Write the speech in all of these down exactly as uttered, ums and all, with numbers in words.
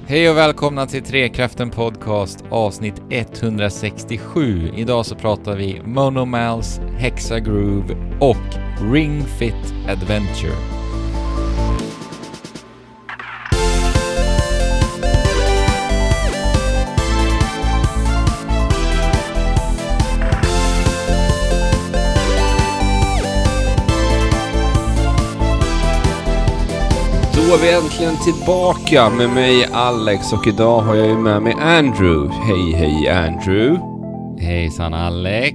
Hej och välkomna till Trekraften Podcast avsnitt etthundrasextiosju. Idag så pratar vi Monomals, Hexagroove och Ring Fit Adventure. Då är vi äntligen tillbaka med mig Alex och idag har jag ju med mig Andrew. Hej hej Andrew. Hejsan Alex.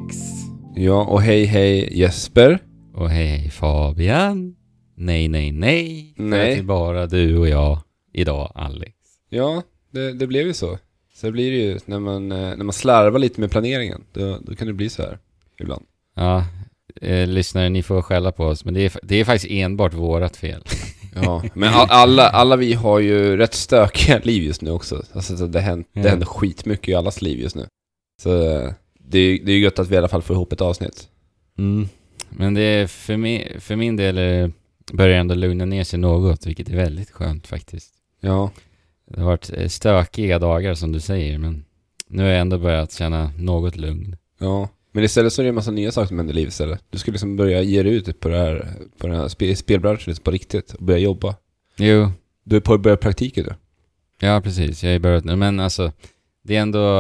Ja, och hej hej Jesper. Och hej hej Fabian. Nej nej nej. Nej. Det är bara du och jag idag Alex. Ja, det, det blev ju så. Så blir det ju när man, när man slarvar lite med planeringen. Då, då kan det bli så här ibland. Ja, eh, lyssnare ni får skälla på oss. Men det är, det är faktiskt enbart vårat fel. Ja, men alla, alla vi har ju rätt stökiga liv just nu också. Alltså det händer, ja. det händer skitmycket i allas liv just nu. Så det är, det är ju gött att vi i alla fall får ihop ett avsnitt. Mm. Men det är för, mig, för min del är, börjar ändå lugna ner sig något, vilket är väldigt skönt faktiskt. Ja. Det har varit stökiga dagar som du säger, men nu har jag ändå börjat känna något lugn. Ja. Men istället så är det en massa nya saker som händer i livet istället. Du ska liksom börja ge dig ut på det här, på den här spe, spelbranschen på riktigt och börja jobba. Jo. Du är på att börja praktiken du. Ja, precis. Jag har börjat nu. Men alltså, det är ändå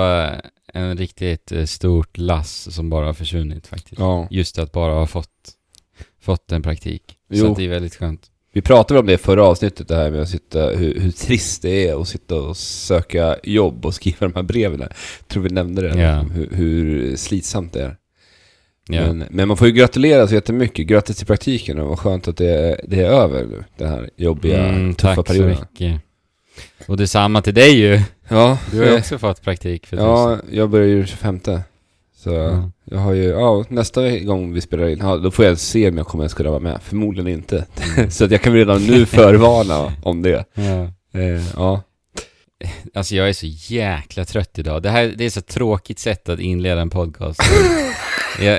en riktigt stort lass som bara har försvunnit faktiskt. Ja. Just att bara ha fått, fått en praktik. Jo. Så att det är väldigt skönt. Vi pratade om det förra avsnittet, det här med att sitta, hur, hur trist det är att sitta och söka jobb och skriva de här breven. Jag tror vi nämnde det, ja. hur, hur slitsamt det är. Ja. Men, men man får ju gratulera så jättemycket. Grattis till praktiken och vad skönt att det är, det är över nu, den här jobbiga, mm, tuffa tack perioden. Tack så mycket. Och detsamma till dig ju. Ja, Du har ju också fått praktik för ja, jag börjar ju tjugofemte. Så mm. jag har ju, ja, nästa gång vi spelar in, ja, då får jag se om jag kommer att kunna vara med. Förmodligen inte. Mm. Så att jag kan redan nu förvarna om det. Ja. Eh, ja. Alltså jag är så jäkla trött idag. Det här det är så tråkigt sätt att inleda en podcast. jag,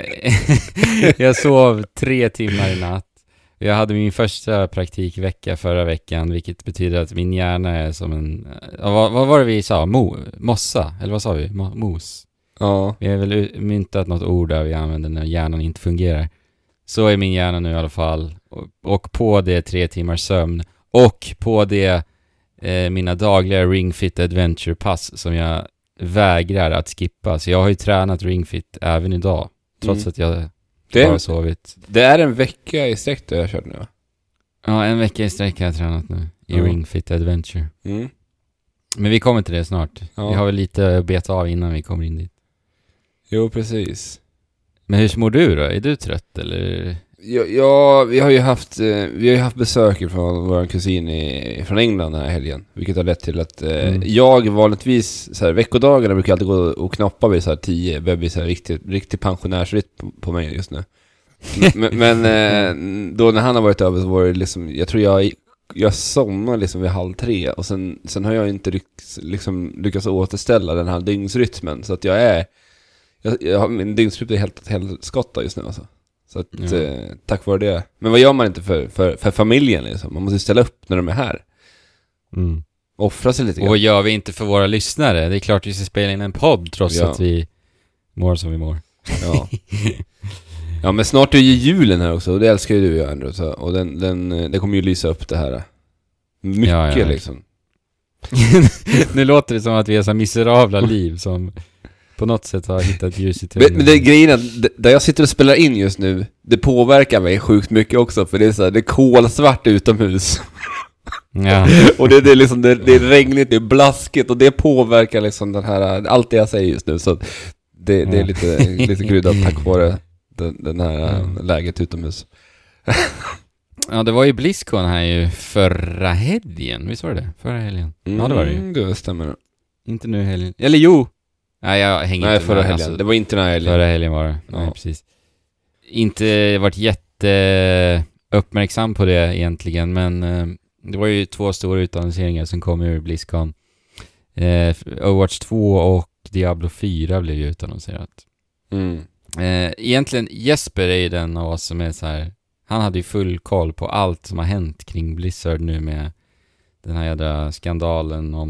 jag sov tre timmar i natt. Jag hade min första praktikvecka förra veckan, vilket betyder att min hjärna är som en... Vad, vad var det vi sa? Mo, mossa? Eller vad sa vi? Mo, mos? Ja. Vi har väl myntat något ord där vi använder när hjärnan inte fungerar. Så är min hjärna nu i alla fall. Och, och på det tre timmars sömn. Och på det eh, mina dagliga Ring Fit Adventure-pass som jag vägrar att skippa. Så jag har ju tränat Ring Fit även idag. Trots Mm. att jag det bara är, sovit. Det är en vecka i sträck då jag kört nu, va? Ja, en vecka i sträck har jag tränat nu. I Mm. Ring Fit Adventure. Mm. Men vi kommer till det snart. Ja. Vi har väl lite att beta av innan vi kommer in dit. Jo, precis. Men hur mår du då? Är du trött eller? Ja, ja, vi har ju haft eh, vi har ju haft besök från vår kusin i, från England den här helgen, vilket har lett till att eh, Mm. jag vanligtvis så här, veckodagarna brukar alltid gå och knappa vid så här tio, börjar bli så här riktigt riktigt pensionärsritt på, på mig just nu. Men, men eh, då när han har varit över så var det liksom, jag tror jag jag somnade liksom vid halv tre och sen sen har jag inte lyckats liksom lyckats återställa den här dygnsrytmen så att jag är jag, jag har min dygnsrytm är helt helskotta just nu alltså. Så att, ja. eh, tack vare det. Men vad gör man inte för, för, för familjen liksom? Man måste ställa upp när de är här. Mm. Offra sig lite Och grann. vad gör vi inte för våra lyssnare? Det är klart vi ska spela in en podd trots Ja. att vi mår som vi mår. Ja. Ja, men snart är ju julen här också. Och det älskar ju du och Andrew. Så, och den, den, den kommer ju lysa upp det här. Mycket Ja, ja. liksom. Nu låter det som att vi har så miserabla liv som på något sätt har hittat ljus i Men, tunneln. men det är grejen att d- där jag sitter och spelar in just nu, det påverkar mig sjukt mycket också. För det är så här, det är kolsvart utomhus. Ja. Och det, det är liksom, det, det är regnigt, det är blaskigt. Och det påverkar liksom den här, allt det jag säger just nu. Så det, det är Ja. lite, lite kryddat tack vare den, den här Ja. läget utomhus. Ja, det var ju BlizzCon här ju förra helgen. Visst var det det? Förra helgen. Mm, Ja, det var det ju. det stämmer. Inte nu helgen. Eller jo! Nej, jag hänger Nej, inte förra med. helgen. Alltså, det var inte den här helgen. förra helgen var det. Ja. Nej, precis. Inte varit jätte uppmärksam på det egentligen, men eh, det var ju två stora utannonseringar som kom ur BlizzCon. Eh, Overwatch två och Diablo fyra blev ju utannonserat. Mm. Eh, egentligen, Jesper är ju den av oss som är så här. Han hade ju full koll på allt som har hänt kring Blizzard nu med den här jädra skandalen om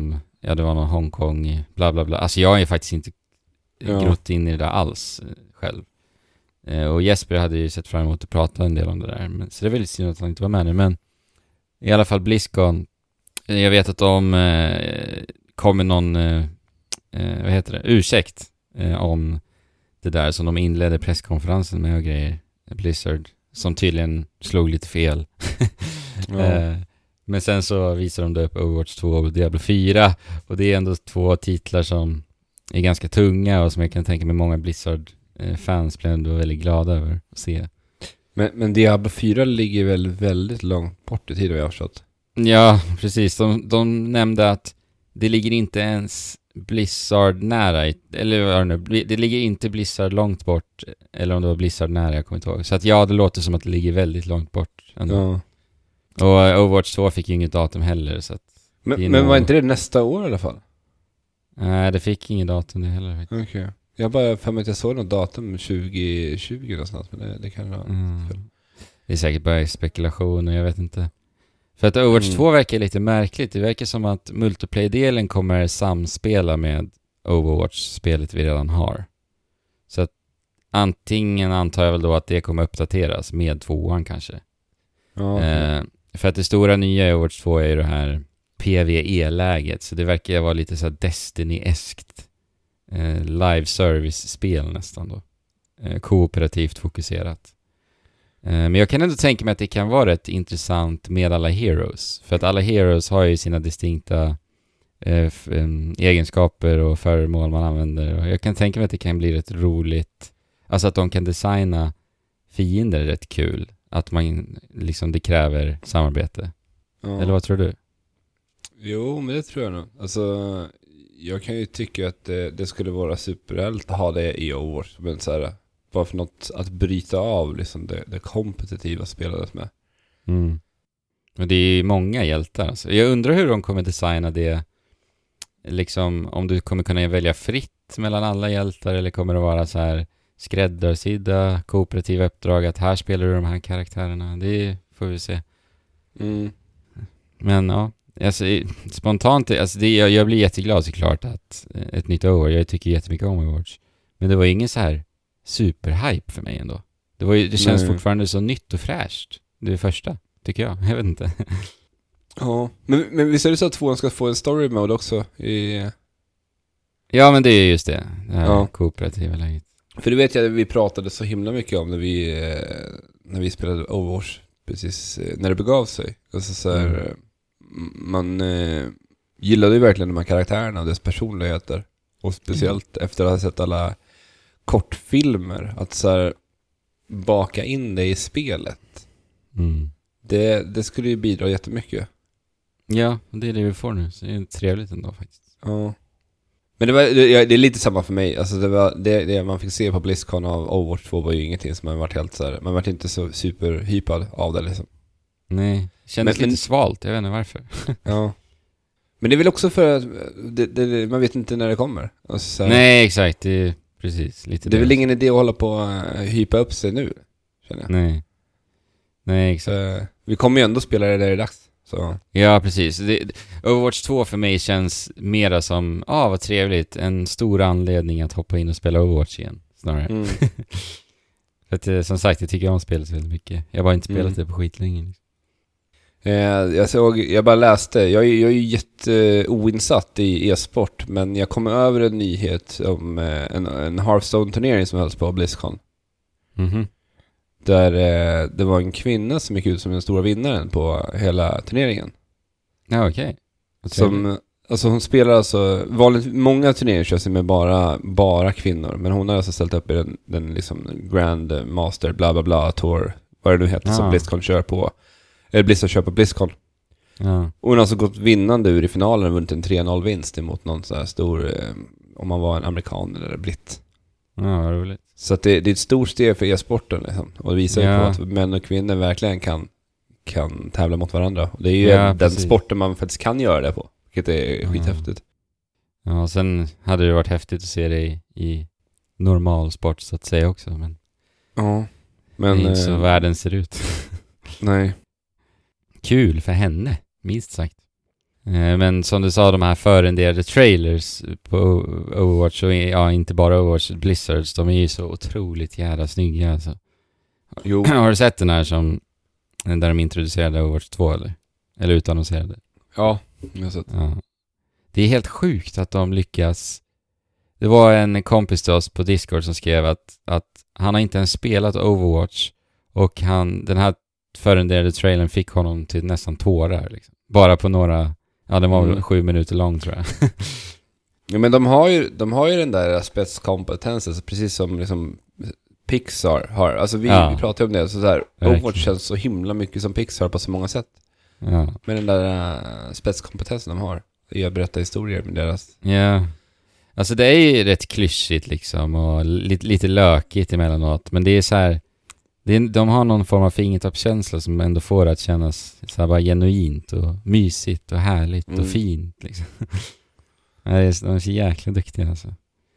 ja, det var någon Hongkong, bla bla bla. Alltså jag är faktiskt inte Ja. grott in i det där alls eh, själv. Eh, och Jesper hade ju sett fram emot att prata en del om det där. Men, så det är väldigt synd att han inte var med nu. Men i alla fall BlizzCon. Eh, jag vet att de eh, kom med någon, eh, eh, vad heter det, ursäkt eh, om det där som de inledde presskonferensen med och grejer. Blizzard. Som tydligen slog lite fel. Ja. eh, men sen så visar de det upp Overwatch två och Diablo fyra. Och det är ändå två titlar som är ganska tunga och som jag kan tänka mig många Blizzard-fans blev ändå väldigt glada över att se. Men, men Diablo fyra ligger väl väldigt långt bort i tiden, jag har förstått. Ja, precis. De, de nämnde att det ligger inte ens Blizzard nära, i- eller vad är det nu? Det ligger inte Blizzard långt bort, eller om det var Blizzard nära, jag kommer inte ihåg. Så att ja, det låter som att det ligger väldigt långt bort ändå. Ja. Och eh, Overwatch två fick ju inget datum heller, så att det är Men, men nog- var inte det nästa år i alla fall? nej, det fick inget datum det heller. Vet. Okej. Okay. Jag bara för mig att jag såg något datum tjugo tjugo någonstans, men det, det kan vara... Mm. Det är säkert bara spekulation och jag vet inte. För att Overwatch Mm. två verkar lite märkligt. Det verkar som att multiplayer-delen kommer samspela med Overwatch-spelet vi redan har. Så att antingen antar jag väl då att det kommer uppdateras med tvåan kanske. Ja, okay. Eh, för att det stora nya i Overwatch två är ju det här P V E-läget. Så det verkar vara lite så här Destiny-eskt eh, live service-spel nästan då. Eh, kooperativt fokuserat. Eh, men jag kan ändå tänka mig att det kan vara rätt intressant med alla heroes. För att alla heroes har ju sina distinkta eh, f- em, egenskaper och föremål man använder. Och jag kan tänka mig att det kan bli rätt roligt. Alltså att de kan designa fiender är rätt kul. Att man liksom, det kräver samarbete. Ja. Eller vad tror du? Jo, men det tror jag nog. Alltså, jag kan ju tycka att det, det skulle vara superhärligt att ha det i Overwatch. Men så här, bara för något att bryta av liksom det, det kompetitiva spelandet med. Mm. Och det är många hjältar. Alltså. Jag undrar hur de kommer designa det. Liksom, om du kommer kunna välja fritt mellan alla hjältar, eller kommer det vara så här skräddarsydda kooperativa uppdrag att här spelar du de här karaktärerna. Det får vi se. Mm. Men ja, alltså, i- spontant, alltså, det, jag, jag blir jätteglad såklart att eh, ett nytt Overwatch, jag tycker jättemycket om Overwatch. Men det var ingen så här superhype för mig ändå. Det, var ju, det känns Nej. fortfarande så nytt och fräscht. Det är första, tycker jag. Jag vet inte. Ja, men, men visst är det så att tvåan ska få en story mode också? I... Ja, men det är just det. Det här Ja. kooperativa läget. För det vet jag, vi pratade så himla mycket om när vi, eh, när vi spelade Overwatch, precis eh, när det begav sig. Alltså så här, Mm. eh, man eh, gillade ju verkligen de här karaktärerna och dess personligheter. Och speciellt efter att ha sett alla kortfilmer, att så här, baka in det i spelet. Mm. Det, det skulle ju bidra jättemycket. Ja, det är det vi får nu. Så det är trevligt ändå faktiskt. Ja. Men det, var, det, det är lite samma för mig. Alltså det, var, det, det man fick se på BlizzCon av Overwatch två var ju ingenting som man varit helt så här, man varit inte så superhypad av det liksom. Nej, det kändes Men- men- lite svalt. Jag vet inte varför. Ja. Men det är väl också för att det, det, man vet inte när det kommer. Alltså, så här, Nej, exakt. Det är precis lite det är väl ingen idé att hålla på och uh, hypa upp sig nu, känner jag. Nej. Nej, exakt. Så, uh, vi kommer ju ändå spela det där i dags. Så. Ja, precis. Det, Overwatch två för mig känns mera som, ah vad trevligt, en stor anledning att hoppa in och spela Overwatch igen, snarare. Mm. För att, eh, som sagt, jag tycker om spelet väldigt mycket. Jag har bara inte spelat Mm. det på skitlänge. Eh, jag såg, jag bara läste, jag är, jag är ju jätte oinsatt i e-sport, men jag kom över en nyhet om eh, en, en Hearthstone-turnering som hölls på BlizzCon. Mhm. Där eh, det var en kvinna som gick ut som den stora vinnaren på hela turneringen. Ja, okej. Vad trevligt. Som, alltså hon spelar alltså, vanligt, många turneringar körs med bara, bara kvinnor, men hon har alltså ställt upp i den, den liksom Grand Master bla bla bla Tour, vad det nu heter, som Ah. BlizzCon kör på, eller Blizzard kör på BlizzCon. Ja. Och hon har alltså gått vinnande ur i finalen och vunnit en tre noll vinst emot någon så här stor, eh, om man var en amerikan eller britt. Ja, vad roligt. Så att det, det är ett stort steg för e-sporten liksom. Och det visar ju Ja. på att män och kvinnor verkligen kan, kan tävla mot varandra. Och det är ju Ja, den precis. sporten man faktiskt kan göra det på. Vilket är Ja. skithäftigt. Ja, och sen hade det varit häftigt att se dig i normal sport så att säga också, men, Ja. det är Men, inte så eh, världen ser ut. nej. Kul för henne, minst sagt. Eh, men som du sa, de här förrenderade trailers på Overwatch, och ja, inte bara Overwatch, Blizzards, de är ju så otroligt jävla snygga alltså. Jo. Har du sett den här som där de introducerade Overwatch två eller? Eller utannonserade? Ja, jag har sett. Ja. Det är helt sjukt att de lyckas. Det var en kompis till oss på Discord som skrev att, att han har inte ens spelat Overwatch, och han, den här förrenderade trailern fick honom till nästan tårar liksom. Bara på några, ja, den var väl Mm. sju minuter lång tror jag. Ja, men de har ju, de har ju den där spetskompetensen, så precis som liksom Pixar har. Alltså vi, Ja. vi pratar om det, så, så här, Verkligen. Overwatch känns så himla mycket som Pixar på så många sätt. Ja. Men den där uh, spetskompetensen de har, jag berättar historier med deras. Ja. Alltså det är ju rätt klyschigt liksom, och lite, lite lökigt emellanåt, men det är så här, det är, de har någon form av fingertoppskänsla som ändå får att kännas så här bara genuint och mysigt och härligt Mm. och fint liksom. Ja, det är, de är så jäkla duktiga alltså.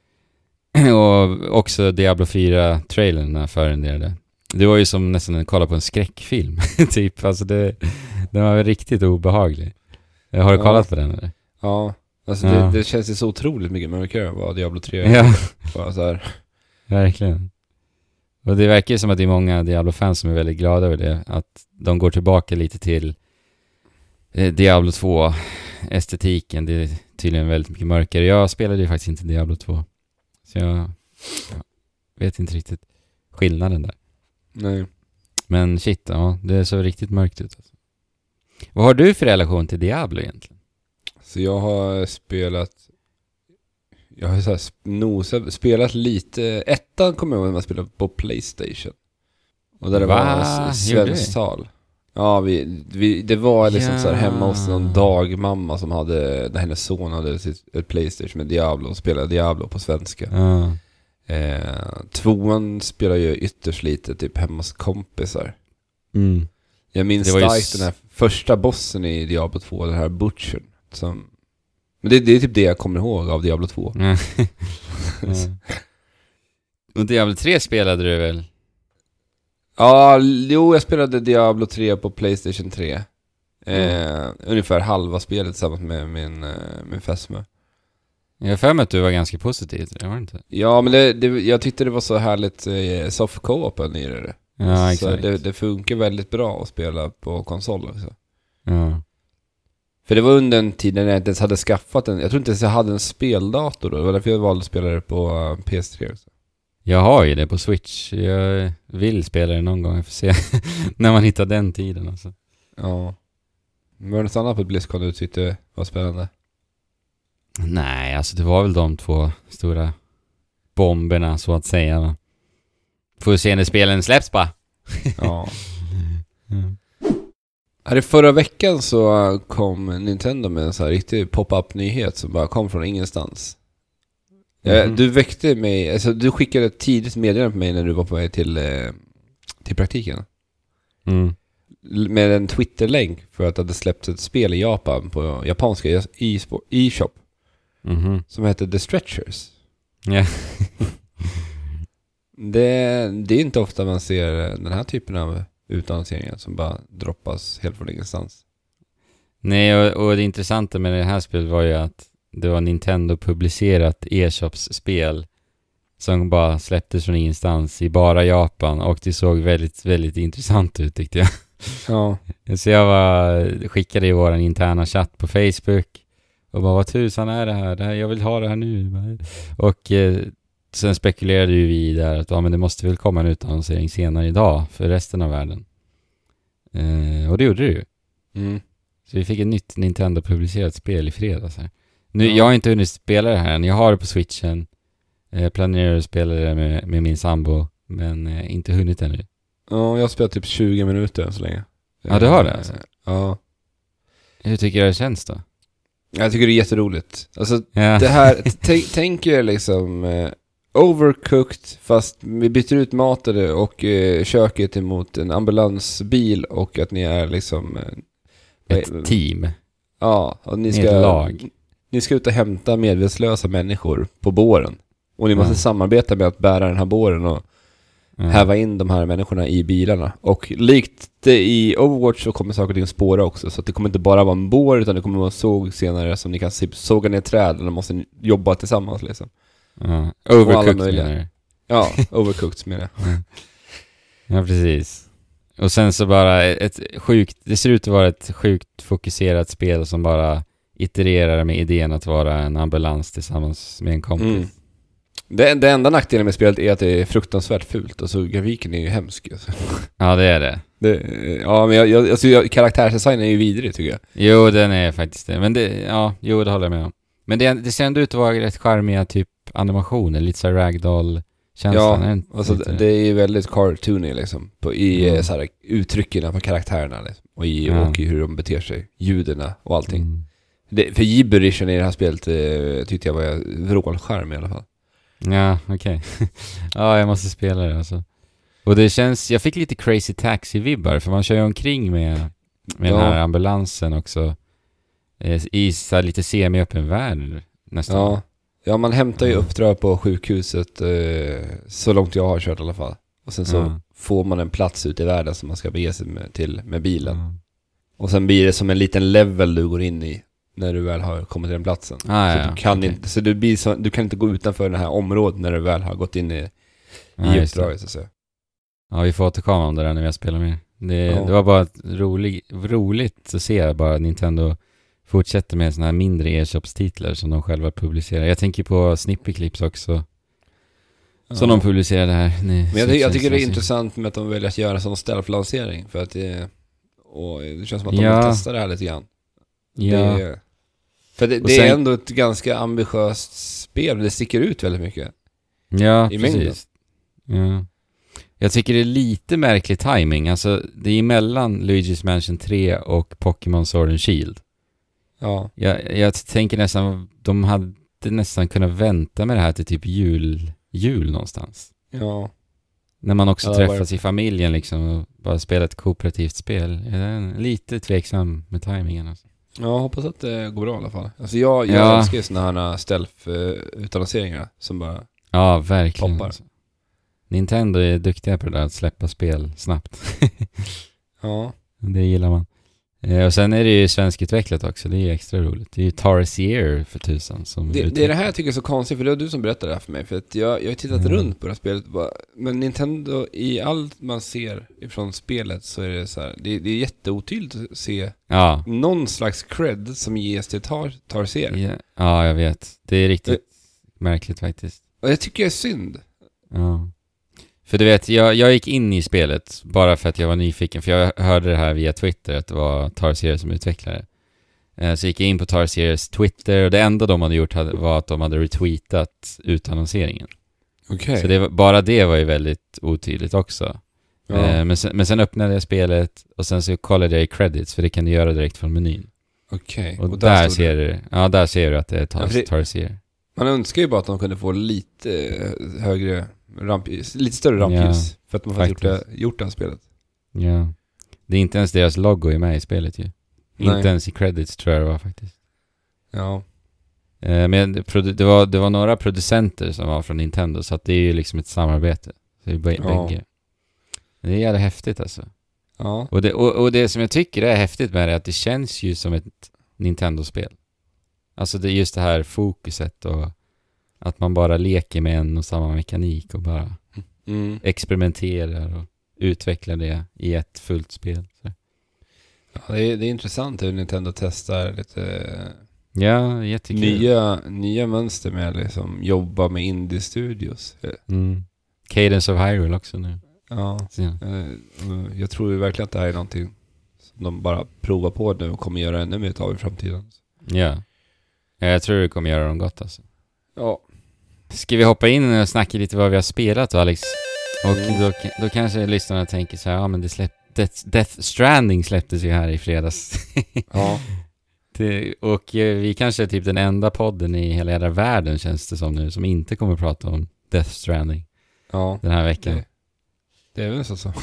Och också Diablo fyra-trailern när förrenderade. Det var ju som nästan att kolla på en skräckfilm typ, alltså det, den var riktigt obehaglig. Har du Ja. kollat på den eller? Ja, alltså Ja. Det, det känns ju så otroligt mycket mörkare än vad Diablo tre är. Ja, Bara så här. verkligen. Och det verkar ju som att det är många Diablo-fans som är väldigt glada över det. Att de går tillbaka lite till eh, Diablo två-estetiken. Det är tydligen väldigt mycket mörkare. Jag spelade ju faktiskt inte Diablo två. Så jag, jag vet inte riktigt skillnaden där. Nej. Men shit, ja, det ser riktigt mörkt ut. Alltså. Vad har du för relation till Diablo egentligen? Så jag har spelat, jag har så här nosat, spelat lite, ettan kommer jag ihåg när man spelade på PlayStation. Och där det Va? var s- Gjorde svenskt tal. Ja, vi, vi, det var liksom Ja. så här hemma hos någon dagmamma som hade, när hennes son hade sitt, ett PlayStation med Diablo och spelade Diablo på svenska. Ja. Eh, tvåan spelar ju ytterst lite, typ hemma hos kompisar. Mm. Jag minns Det var ju starkt s- den här första bossen i Diablo två, den här Butchern. Som, men det, det är typ det jag kommer ihåg av Diablo två. Ja. Ja. Och Diablo tre spelade du väl? Ja, jo, jag spelade Diablo tre på PlayStation tre. Eh, mm. Ungefär halva spelet tillsammans med min, eh, min fästmö. Jag har för mig att du var ganska positiv till det, var det inte? Ja, men det, det, jag tyckte det var så härligt eh, soft co-open i det. Ja, så exakt. det, det funkar väldigt bra att spela på konsol också. Ja. För det var under en tid när jag inte ens hade skaffat en, jag tror inte ens jag hade en speldator då. Det var därför jag valde att spela det på uh, P S tre också. Jag har ju det på Switch. Jag vill spela det någon gång, jag får se när man hittar den tiden alltså. Ja. Var det något annat på BlizzCon du tyckte var spännande? Nej, alltså det var väl de två stora bomberna så att säga. Va? Får se när spelen släpps bara. Ja. Mm. Här i förra veckan så kom Nintendo med en så här riktig pop-up-nyhet som bara kom från ingenstans. Mm. Du väckte mig, alltså du skickade ett tidigt meddelande på mig när du var på väg till, eh, till praktiken. Mm. Med en Twitter-länk för att det hade släppts ett spel i Japan på japanska e-sport- e-shop Mhm. som heter The Stretchers. Ja. Det, det är inte ofta man ser den här typen av utannonseringar som bara droppas helt från ingenstans. Nej, och, och det intressanta med det här spelet var ju att det var Nintendo-publicerat e-shops-spel som bara släpptes från ingenstans i bara Japan, och det såg väldigt, väldigt intressant ut tyckte jag. Ja. Så jag var, skickade i vår interna chatt på Facebook och bara, vad tusan är det här? Det här jag vill ha det här nu. Och eh, sen spekulerade ju vi där att ja, men det måste väl komma en utannonsering senare idag för resten av världen. Eh, och det gjorde det ju. Mm. Så vi fick ett nytt Nintendo-publicerat spel i fredags här. Nu, Ja. jag har inte hunnit spela det här än. Jag har det på Switchen. Jag planerar att spela det med, med min sambo, men eh, inte hunnit ännu. Ja, jag har spelat typ tjugo minuter än så länge. Ja, du har det alltså? Ja. Hur tycker du det känns då? Jag tycker det är jätteroligt. Alltså Ja. det här, tänk, tänk er liksom eh, overcooked fast vi byter ut maten och eh, köket emot en ambulansbil och att ni är liksom eh, Ett team. ja, och ni Ett ska lag. ni ska ut och hämta medvetslösa människor på båren. Och ni måste Ja. samarbeta med att bära den här båren och Mm. häva in de här människorna i bilarna. Och likt det i Overwatch så kommer saker och ting spåra också. Så att det kommer inte bara vara en bår utan det kommer vara såg senare som ni kan såga ner träd och de måste jobba tillsammans liksom. Ja. Overcooked menar du? Ja, overcooked menar jag. Ja, precis. Och sen så bara ett sjukt, det ser ut att vara ett sjukt fokuserat spel som bara itererar med idén att vara en ambulans tillsammans med en kompis. Mm. Det, det enda nackdelen med spelet är att det är fruktansvärt fult. Alltså grafiken är ju hemsk. Alltså. Ja, det är det. det ja, men jag, jag, alltså, jag, karaktärsdesignen är ju vidrig tycker jag. Jo, den är faktiskt det. Men det, ja, jo, det håller jag med om. Men det, det ser ändå ut att vara rätt charmiga typ animationer. Lite så ragdoll-känslan. Ja, alltså det, det är ju väldigt cartoony liksom. På, I mm. så här, uttrycken på karaktärerna liksom. Och, i, ja. och i hur de beter sig. Ljuden och allting. Mm. Det, för gibberishen i det här spelet eh, tyckte jag var vrålskärm i alla fall. Ja, okej. Okay. Ja, jag måste spela det alltså. Och det känns, jag fick lite Crazy Taxi-vibbar för man kör ju omkring med, med ja. den här ambulansen också. Eh, I så här lite semi-öppen värld nästan. Ja. ja, man hämtar ju uppdrag på sjukhuset eh, så långt jag har kört i alla fall. Och sen så ja. får man en plats ute i världen som man ska bege sig med, till med bilen. Ja. Och sen blir det som en liten level du går in i när du väl har kommit till den platsen. Ah, så ja, du kan okay. inte så du blir så, du kan inte gå utanför det här området när du väl har gått in i, ah, i uppdraget så att säga. Ja, vi får återkomma om det där när vi spelar med. Det, ja. det var bara rolig, roligt att se bara Nintendo fortsätter med såna här mindre e-shops-titlar som de själva publicerar. Jag tänker på Snippy Clips också. Ja. Som de publicerade här. Nej, Men jag, jag tycker det är intressant med att de väljer att göra en sån stealth-lansering för att det, och det känns som att de ja. vill testa det här lite grann. Ja. Det, för det, det sen, är ändå ett ganska ambitiöst spel. Det sticker ut väldigt mycket. Ja, i precis. Ja. Jag tycker det är lite märklig timing. Alltså, det är mellan Luigi's Mansion tre och Pokémon Sword and Shield. Ja. Jag, jag tänker nästan, de hade nästan kunnat vänta med det här till typ jul, jul någonstans. Ja. När man också ja, träffas i familjen liksom och bara spelar ett kooperativt spel. Jag är lite tveksam med timingen alltså. Ja, jag hoppas att det går bra i alla fall. Alltså jag, jag ja. älskar ju såna här stealth-utannonseringar som bara ja, verkligen. Poppar. Alltså. Nintendo är duktiga på det där att släppa spel snabbt. Ja. Det gillar man. Eh, och sen är det ju svenskutvecklat också. Det är ju extra roligt. Det är ju Tarsier för tusan. Som det, det är det här jag tycker är så konstigt. För det var du som berättade det här för mig. För att jag, jag har tittat mm. runt på det här spelet. Bara, men Nintendo, i allt man ser ifrån spelet så är det så här. Det, det är jätteotydligt att se ja. någon slags cred som ges till tar, Tarsier. Ja. ja, jag vet. Det är riktigt det, märkligt faktiskt. Och jag tycker det är synd. Ja. För du vet, jag, jag gick in i spelet bara för att jag var nyfiken. För jag hörde det här via Twitter att det var Tarsier som utvecklade. Eh, så gick jag in på Tarsiers Twitter och det enda de hade gjort hade, var att de hade retweetat utannonseringen. Okej. Så det var, bara det var ju väldigt otydligt också. Ja. Eh, men, sen, men sen öppnade jag spelet och sen så kollade jag i credits för det kan du göra direkt från menyn. Okej. Och, och där, där ser du, ja, där ser du att det är tar, ja, Tarsier. Man önskar ju bara att de kunde få lite högre rampljus, lite större rampljus. Ja, för att man faktiskt gjort det, gjort det här spelet. Ja. Det är inte ens deras logo i med i spelet ju. Nej. Inte ens i credits tror jag det var faktiskt. Ja. Eh, men det var, det var några producenter som var från Nintendo så att det är ju liksom ett samarbete. Så det är b- ja. bägge. Det är jävla häftigt alltså. Ja. Och det, och, och det som jag tycker är häftigt med det är att det känns ju som ett Nintendo-spel. Alltså det är just det här fokuset och att man bara leker med en och samma mekanik och bara mm. experimenterar och utvecklar det i ett fullt spel. Så. Ja, det är, det är intressant hur Nintendo testar lite ja, jättekul. Nya, nya mönster med liksom jobba med indie-studios. Mm. Cadence of Hyrule också nu. Ja, ja. Jag tror ju verkligen att det här är någonting som de bara provar på nu och kommer göra ännu mer av i framtiden. Ja. Ja, jag tror det kommer göra dem gott alltså. Ja. Ska vi hoppa in och snacka lite vad vi har spelat då, Alex? Och mm. då, då kanske lyssnarna tänker så här, ja men det släpp, Death, Death Stranding släpptes ju här i fredags. Ja. det, och eh, vi kanske är typ den enda podden i hela jävla världen känns det som nu som inte kommer att prata om Death Stranding. Ja. Den här veckan. Det, det är väl så så.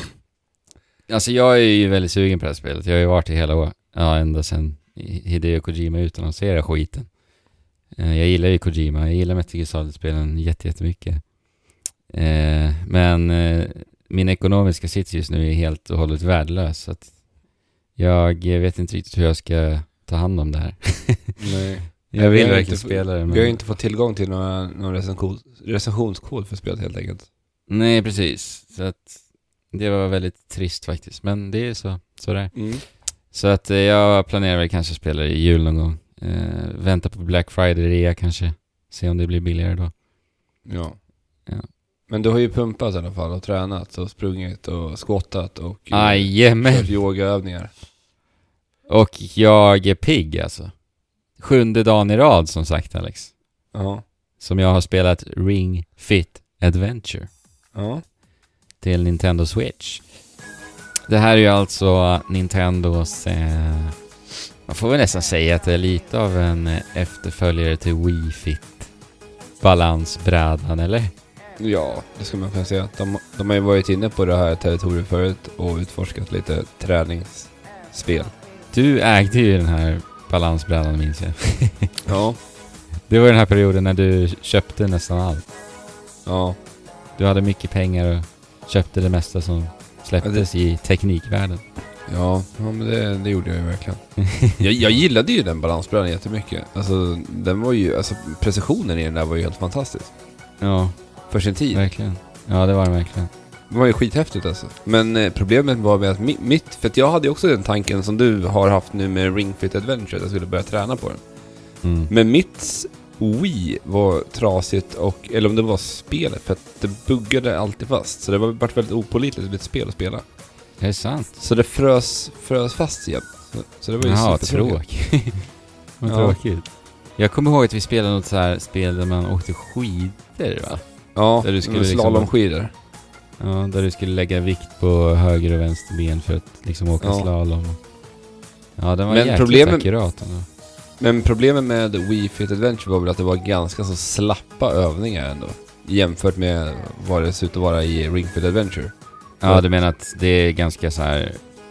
Alltså jag är ju väldigt sugen på det här spelet. Jag har ju varit i hela år, ja ända sedan Hideo Kojima utannonserade skiten. Jag gillar ju Kojima. Jag gillar Metal Gear Solid-spelen jätte, jättemycket. Eh, men eh, min ekonomiska sits just nu är helt och hållet värdelös. Så att jag vet inte riktigt hur jag ska ta hand om det här. Nej. Jag vill verkligen inte, spela det. Men... Vi har ju inte fått tillgång till några, någon recension, recensionskod för spelet helt enkelt. Nej, precis. Så att det var väldigt trist faktiskt. Men det är så, så där. Mm. Så att eh, jag planerar väl kanske spela det i jul någon gång. Eh, vänta på Black Friday-rea kanske. Se om det blir billigare då. Ja. Ja. Men du har ju pumpat i alla fall och tränat och sprungit och skottat och Jajamän. kört yogaövningar. Och jag är pigg alltså. Sjunde dagen i rad som sagt, Alex. Ja. Som jag har spelat Ring Fit Adventure. Ja. Till Nintendo Switch. Det här är ju alltså Nintendos... Eh, man får väl nästan säga att det är lite av en efterföljare till Wii Fit. Balansbrädan, eller? Ja, det ska man kunna säga. De, de har ju varit inne på det här territoriet förut och utforskat lite träningsspel. Du ägde ju den här balansbrädan, minns jag. Ja. Det var den här perioden när du köpte nästan allt. Ja. Du hade mycket pengar och köpte det mesta som släpptes ja, det... i teknikvärlden. Ja, ja men det, det gjorde jag ju verkligen. jag, jag gillade ju den balansbrädan jättemycket. Alltså, den var ju, alltså, precisionen i den där var ju helt fantastisk. Ja. För sin tid. Verkligen. Ja, det var det verkligen. Det var ju skithäftigt alltså. Men eh, problemet var med att mi- mitt... För att jag hade ju också den tanken som du har haft nu med Ring Fit Adventure. Att jag skulle börja träna på den. Mm. Men mitt Wii var trasigt och... Eller om det var spelet. För att det buggade alltid fast. Så det var bara väldigt opålitligt ett spel att spela. Det är sant. Så det frös, frös fast igen. Så, så det var ju Jaha, supertråkigt. tråkigt. Vad Ja. tråkigt. Jag kommer ihåg att vi spelade något så här spel där man åkte skidor, va? Ja, Där du skulle med liksom- slalomskidor. Ja, där du skulle lägga vikt på höger och vänster ben för att liksom åka Ja. slalom. Ja, den var Men jäkligt problemet- akkurat. ändå. Men problemet med Wii Fit Adventure var väl att det var ganska så slappa övningar ändå. Jämfört med vad det ser ut att vara i Ring Fit Adventure. Ja, du menar att det är ganska så här...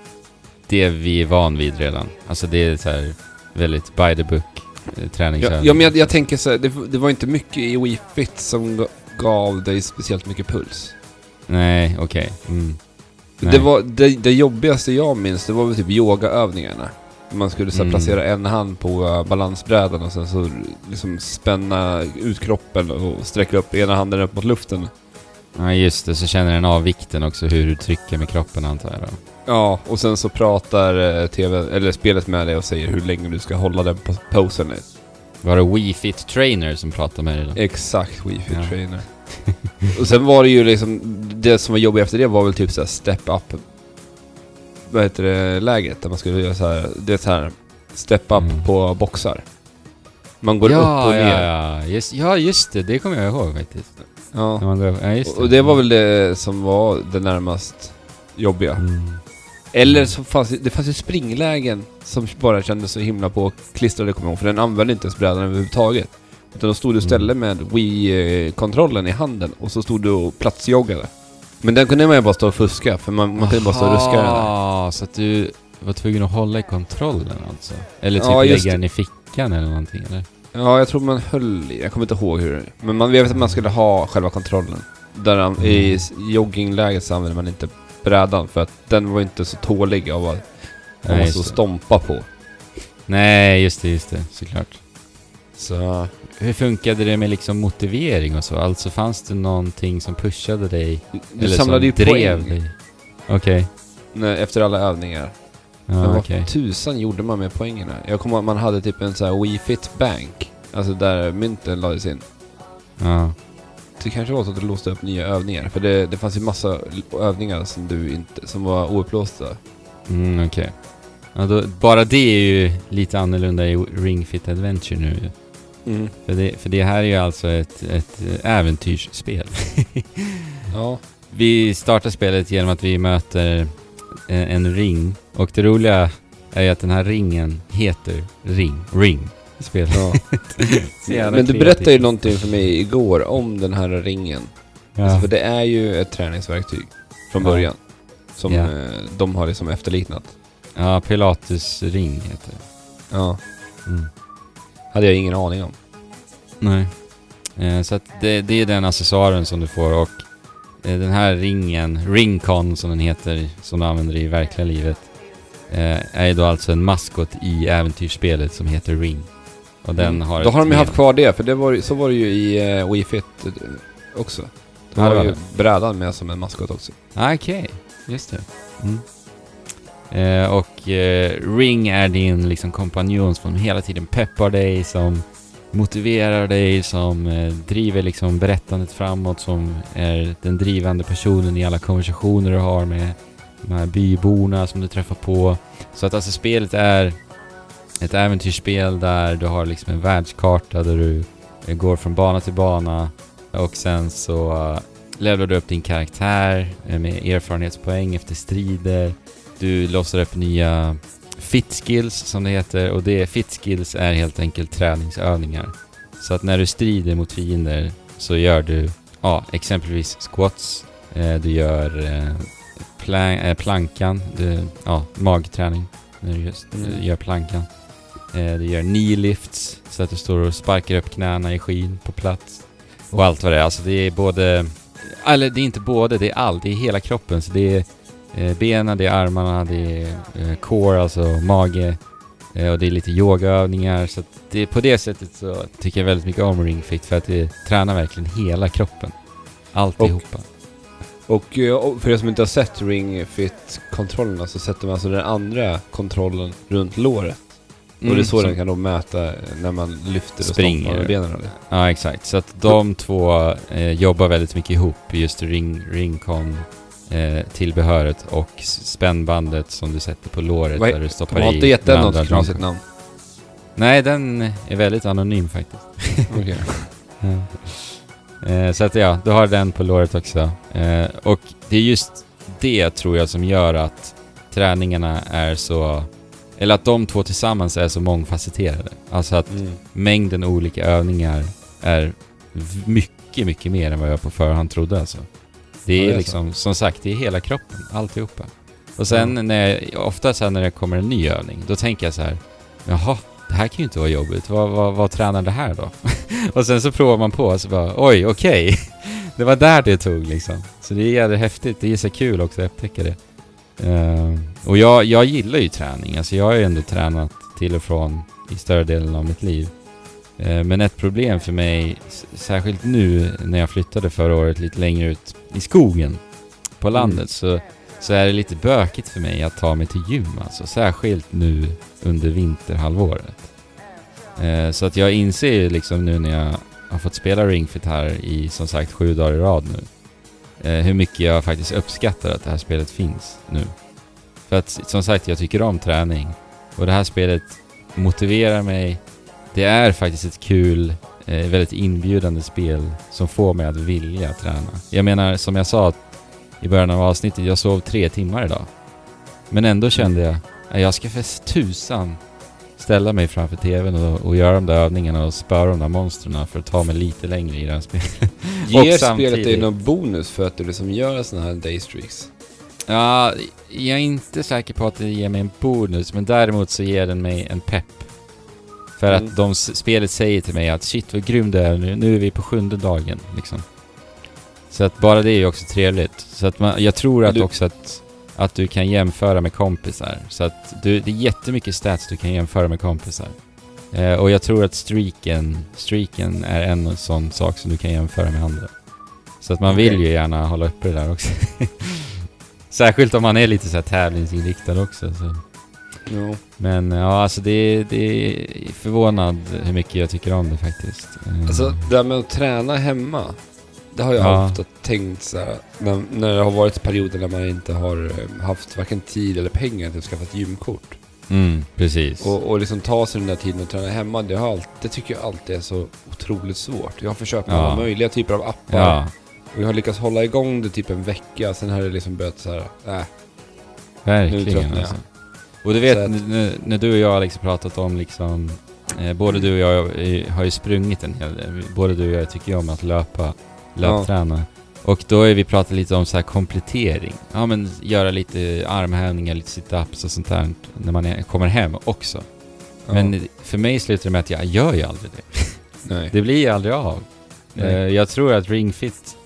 Det vi är van vid redan. Alltså det är så här väldigt by the book eh, Ja, träningsövning. ja men jag, jag tänker så här, det, det var inte mycket i Wii Fit som ga- gav dig speciellt mycket puls. Nej, okej. Okay. Mm. Nej. Det, var, det, det jobbigaste jag minns, det var väl typ yogaövningarna. Man skulle så här, Mm. placera en hand på uh, balansbrädan och sen så liksom spänna ut kroppen och sträcka upp ena handen upp mot luften. Ja, just det. Så känner den av vikten också, hur du trycker med kroppen, antar jag då. Ja, och sen så pratar eh, T V, eller spelet med dig och säger hur länge du ska hålla den på posen. Var det Wii Fit Trainer som pratade med dig då? Exakt, Wii Fit Ja. Trainer. Och sen var det ju liksom, det som var jobbigt efter det var väl typ såhär step up, vad heter det, läget där man skulle göra så här, det är så här step up Mm. på boxar. Man går ja, upp och ner. ja, ja. Just, ja, just det. Det kommer jag ihåg faktiskt. Ja. När man går, ja, just det. Och det var väl det som var det närmast jobbiga. Mm. Eller så fanns det, det fanns ju springlägen som bara kändes så himla på klistrade, kommer jag ihåg, för den använde inte ens brädan överhuvudtaget. Utan då stod du istället med Wii-kontrollen i handen och så stod du och platsjoggade. Men den kunde man ju bara stå och fuska, för man, man kunde bara stå och ruska den där. Ja, så att du var tvungen att hålla i kontrollen alltså? Eller typ Ja, just lägga det. den i fickan eller någonting, eller? Ja, jag tror man höll i, jag kommer inte ihåg hur det är. Men man vet att man skulle ha själva kontrollen. Där han, Mm. i joggingläget så använde man inte brädan, för att den var inte så tålig av att man Nej, måste just det. stompa på. Nej, just det, just det. Såklart. Så Hur funkade det med liksom motivering och så? Alltså fanns det någonting som pushade dig? du eller samlade ju som drev poäng dig? Okej. när, efter alla övningar. Men Ja, vad okej. tusan gjorde man med poängerna? Jag kommer ihåg att man hade typ en så här Wii Fit Bank. Alltså där mynten lades in. Ja. Det kanske var så att du låste upp nya övningar. För det, det fanns ju massa övningar som du inte, som var oupplåsta. Mm, okej. Ja, då, bara det är ju lite annorlunda i Ring Fit Adventure nu. Mm. För det, för det här är ju alltså ett, ett äventyrsspel. Ja. Vi startar spelet genom att vi möter en, en ring. Och det roliga är ju att den här ringen heter Ring. Ring. Spelet. Ja. Så jävla Men du kreativt. berättade ju någonting för mig igår om den här ringen. Ja. Alltså, för det är ju ett träningsverktyg från Ja. början. Som Ja. eh, de har liksom efterliknat. Ja, Pilatus ring heter det. Ja. Mm. Hade jag ingen aning om. Nej. Eh, så att det, det är den accessoaren som du får, och den här ringen, Ringcon som den heter, som de använder i verkliga livet, eh, är ju då alltså en maskot i äventyrsspelet som heter Ring. Och den Mm. har Då har de ju ett haft kvar det, för det var, så var det ju i uh, Wii Fit uh, också. Då Ja, det var var ju det. brädan med som en maskot också. Ah, okej, okay. Just det. Mm. Eh, och eh, Ring är din liksom kompanjon som hela tiden peppar dig, som motiverar dig, som eh, driver liksom berättandet framåt, som är den drivande personen i alla konversationer du har med de här byborna som du träffar på. Så att alltså spelet är ett äventyrsspel där du har liksom en världskarta där du eh, går från bana till bana, och sen så uh, levlar du upp din karaktär eh, med erfarenhetspoäng efter strider. Du låser upp nya fit skills som det heter, och det fit skills är helt enkelt träningsövningar. Så att när du strider mot fiender så gör du ja, exempelvis squats, eh, du gör eh, plan- eh, plankan, du, ja, magträning när du just, Mm. du gör plankan. Eh, du gör knee lifts så att du står och sparkar upp knäna i skinn på plats. Och allt vad det är. Alltså det är både, eller det är inte både, det är allt, det är hela kroppen. Så det är eh, benen, det är armarna, det är eh, core, alltså mage. Eh, och det är lite yogaövningar. Så att det är på det sättet så tycker jag väldigt mycket om Ring Fit, för att det tränar verkligen hela kroppen. Alltihopa. Och uh, för er som inte har sett Ring Fit-kontrollerna så sätter man alltså den andra kontrollen runt låret. Mm, och det är så som den kan då mäta när man lyfter och springer stoppar med benen. Eller? Ja, exakt. Så att de två eh, jobbar väldigt mycket ihop, just ring, Ringcon eh, tillbehöret och spännbandet som du sätter på låret. Vad- där du stoppar De har i inte gett den den andra något dranken. konstigt namn. Nej, den är väldigt anonym faktiskt. Okej. Ja. eh, så att ja, du har den på låret också. Eh, och det är just det, tror jag, som gör att träningarna är så, eller att de två tillsammans är så mångfacetterade. Alltså att Mm. mängden olika övningar är v- mycket, mycket mer än vad jag på förhand trodde alltså. Det Ja, är det är liksom, som sagt, det är hela kroppen, alltihopa. Och sen Ja. när jag, ofta sen när det kommer en ny övning, då tänker jag så här: jaha, det här kan ju inte vara jobbigt. Vad, vad, vad tränar det här då? Och sen så provar man på och så bara, oj, okej. Det var där det tog liksom. Så det är jävligt häftigt, det är så kul också att upptäcka det. Uh, och jag, jag gillar ju träning. Alltså jag har ju ändå tränat till och från i större delen av mitt liv. Uh, men ett problem för mig, s- särskilt nu när jag flyttade förra året lite längre ut i skogen på landet, Mm. så, så är det lite bökigt för mig att ta mig till gym. Alltså, särskilt nu under vinterhalvåret. Uh, så att jag inser ju liksom nu när jag har fått spela Ring Fit här i som sagt sju dagar i rad nu, Eh, hur mycket jag faktiskt uppskattar att det här spelet finns nu. För att som sagt, jag tycker om träning. Och det här spelet motiverar mig. Det är faktiskt ett kul, eh, väldigt inbjudande spel som får mig att vilja träna. Jag menar, som jag sa i början av avsnittet, jag sov tre timmar idag. Men ändå kände jag att jag ska för tusan ställa mig framför tvn och, och göra de där övningarna och spöra de där monsterna för att ta mig lite längre i det här spelet. Ger Och spelet dig samtidigt- någon bonus för att du liksom gör såna här daystreaks? Ja, jag är inte säker på att det ger mig en bonus, men däremot så ger den mig en pepp. För Mm. att de s- spelet säger till mig att shit vad grym det är nu, nu är vi på sjunde dagen liksom. Så att bara det är ju också trevligt. Så att man, jag tror att Du- också att, att du kan jämföra med kompisar. Så att du, det är jättemycket stats du kan jämföra med kompisar. Eh, och jag tror att streaken, streaken är en sån sak som du kan jämföra med andra. Så att man vill Okej. ju gärna hålla uppe det där också. Särskilt om man är lite så här tävlingsinriktad också. Så. Jo. Men ja, alltså det, det är förvånad hur mycket jag tycker om det faktiskt. Eh, Alltså, det här med att träna hemma, det har jag Ja. ofta tänkt så här, när, när det har varit perioder när man inte har eh, haft varken tid eller pengar till att skaffa ett gymkort. mm, precis. Och, och liksom ta sig den där tiden och träna hemma, det, har alltid, det tycker jag alltid är så otroligt svårt. Jag har försökt med Ja. alla möjliga typer av appar. Ja, Och jag har lyckats hålla igång det typ en vecka, sen har det liksom börjat så här, äh, Nu verkligen tröttnar jag. alltså. Och du vet, Så att- n- när du och jag har liksom pratat om liksom, eh, både du och jag eh, har ju sprungit en hel del. Både du och jag tycker ju om att löpa, löpträna. Och då har vi pratat lite om så här komplettering. Ja, men göra lite armhävningar, lite sit-ups och sånt där när man är, kommer hem också. ja. Men för mig slutar det med att jag gör ju aldrig det. Nej. Det blir ju aldrig av. Nej. Eh, jag tror att Ring Fit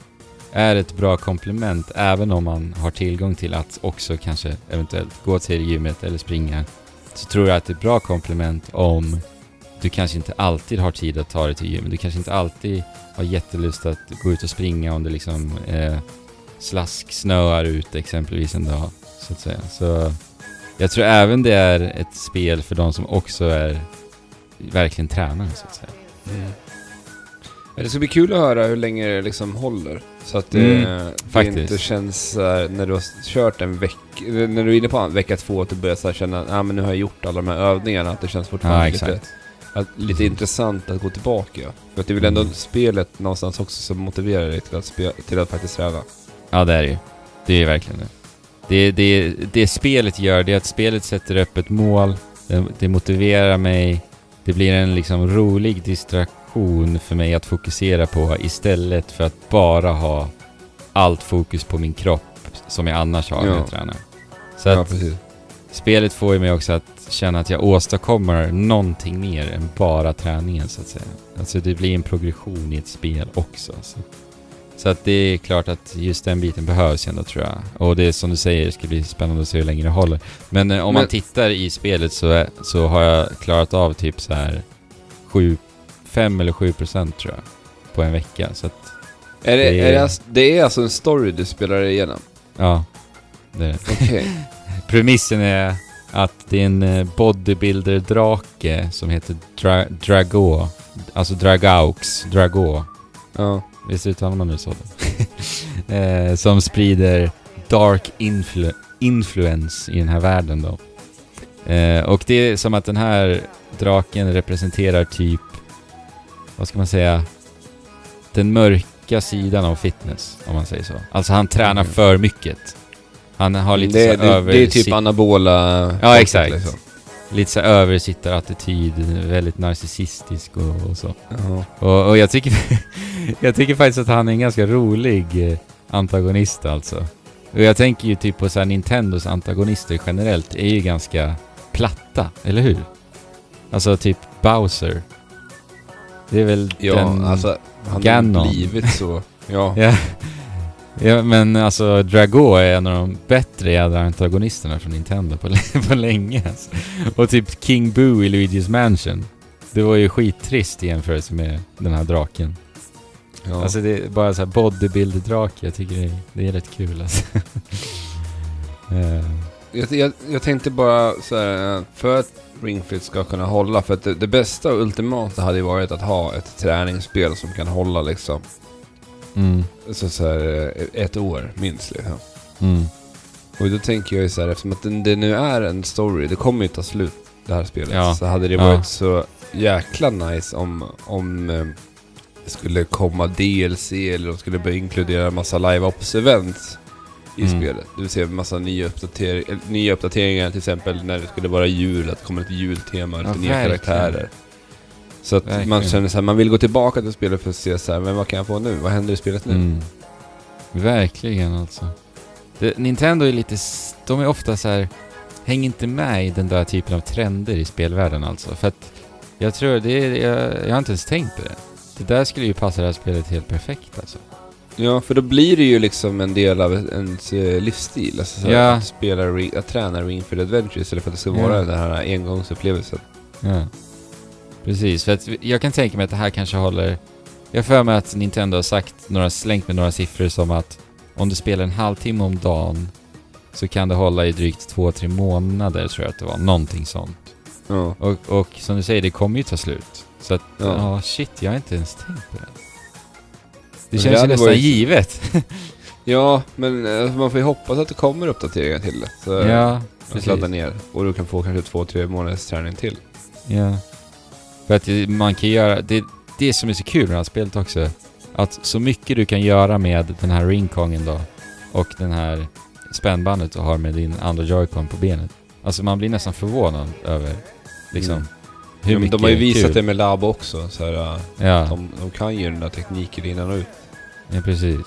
är ett bra komplement även om man har tillgång till att också kanske eventuellt gå till gymmet eller springa. Så tror jag att det är ett bra komplement om du kanske inte alltid har tid att ta dig till gymmet. Du kanske inte alltid har jättelust att gå ut och springa om det liksom eh, slask snöar ut exempelvis en dag, så att säga. Så jag tror även det är ett spel för de som också är verkligen tränare, så att säga. Mm. Det ska bli kul att höra hur länge det liksom håller. Så att det, Mm, det inte känns uh, när du har kört en vecka, när du är inne på vecka två, att du börjar så här känna att ah, men nu har jag gjort alla de här övningarna, att det känns fortfarande ja, lite, att, lite mm. intressant att gå tillbaka. För att det är väl ändå mm. spelet någonstans också som motiverar dig till att, spela, till att faktiskt träna. Ja, det är det ju. Det är verkligen det. Det, det, det spelet gör, det är att spelet sätter upp ett mål, det, det motiverar mig, det blir en liksom rolig distraktion för mig att fokusera på istället för att bara ha allt fokus på min kropp som jag annars har när jag tränar. Så ja, att precis. Spelet får ju mig också att känna att jag åstadkommer någonting mer än bara träningen, så att säga. Alltså det blir en progression i ett spel också. Så, så att det är klart att just den biten behövs ändå, tror jag. Och det är som du säger, det ska bli spännande att se hur länge det håller. Men eh, om Men... man tittar i spelet så, är, så har jag klarat av typ så här sju, fem eller sju procent tror jag på en vecka. Så att är det, det, är... Är det, det är alltså en story du spelar igenom? Ja, det är det. Okay. Premissen är att det är en bodybuilder-drake som heter Dra- Drago. Alltså Dragaux, Drago. Ja. Visst uttalar man nu så? eh, som sprider dark influ- influence i den här världen då. Eh, och det är som att den här draken representerar typ, vad ska man säga, den mörka sidan av fitness, om man säger så. Alltså han tränar mm. för mycket. Han har lite det, så det, över... Det är typ sit- anabola... Ja, exakt. Liksom. Lite så översittarattityd, väldigt narcissistisk och, och så. Uh-huh. Och, och jag tycker jag tycker faktiskt att han är en ganska rolig antagonist alltså. Och jag tänker ju typ på så här, Nintendos antagonister generellt är ju ganska platta, eller hur? Alltså typ Bowser. Det är väl ja, den... alltså han Ganon. Har blivit så. Ja. ja. Ja, men alltså Drago är en av de bättre jävla antagonisterna från Nintendo på, på länge. Alltså. Och typ King Boo i Luigi's Mansion. Det var ju skittrist i jämförelse med den här draken. Ja. Alltså det är bara så här bodybuilder-drake. Jag tycker det, det är rätt kul alltså. uh. jag, jag, jag tänkte bara så här, för att Ring Fit ska kunna hålla, för att det, det bästa och ultimata hade ju varit att ha ett träningsspel som kan hålla liksom Mm. Så, så här, ett år minst liksom. Mm. Och då tänker jag ju så här, eftersom att det, det nu är en story, det kommer ju ta slut det här spelet, ja. så hade det ja. varit så jäkla nice om, om eh, det skulle komma D L C eller de skulle börja inkludera en massa live-ops-events i mm. spelet. Det vill säga en massa nya, uppdatering, nya uppdateringar, till exempel när det skulle vara jul, att det kommer ett jultema, ja, lite nya karaktärer. Så att verkligen. Man känner så här, man vill gå tillbaka till spelet för att se så här, men vad kan jag få nu? Vad händer i spelet nu? Mm. Verkligen alltså. Det, Nintendo är lite, de är ofta så här, häng inte med i den där typen av trender i spelvärlden alltså. För att jag tror, det är, jag, jag har inte ens tänkt på det. Det där skulle ju passa det här spelet helt perfekt alltså. Ja, för då blir det ju liksom en del av ens uh, livsstil. Alltså så ja. att spela, re- att träna Ring Fit Adventure istället för att det ska vara ja. den här engångsupplevelsen. Ja. Precis, för att jag kan tänka mig att det här kanske håller... Jag för mig att Nintendo har sagt, några, slängt med några siffror som att om du spelar en halvtimme om dagen så kan det hålla i drygt två, tre månader, tror jag att det var. Någonting sånt. Ja. Och, och som du säger, det kommer ju ta slut. Så att, ja, ja shit, jag har inte ens tänkt på det. Det men känns det ju nästan varit... givet. Ja, men man får ju hoppas att det kommer uppdateringar till det. Så ja, precis. Ladda ner. Och du kan få kanske två, tre månaders träning till. Ja. För att man kan göra... Det, det som är så kul med det här spelet också. Att så mycket du kan göra med den här ringkongen då. Och den här spännbandet du har med din andra joycon på benet. Alltså man blir nästan förvånad över liksom... Mm. Hur ja, mycket de har ju visat kul. det med Labo också. Så här, ja. de, de kan ju den där tekniken innan och ut. Ja, precis.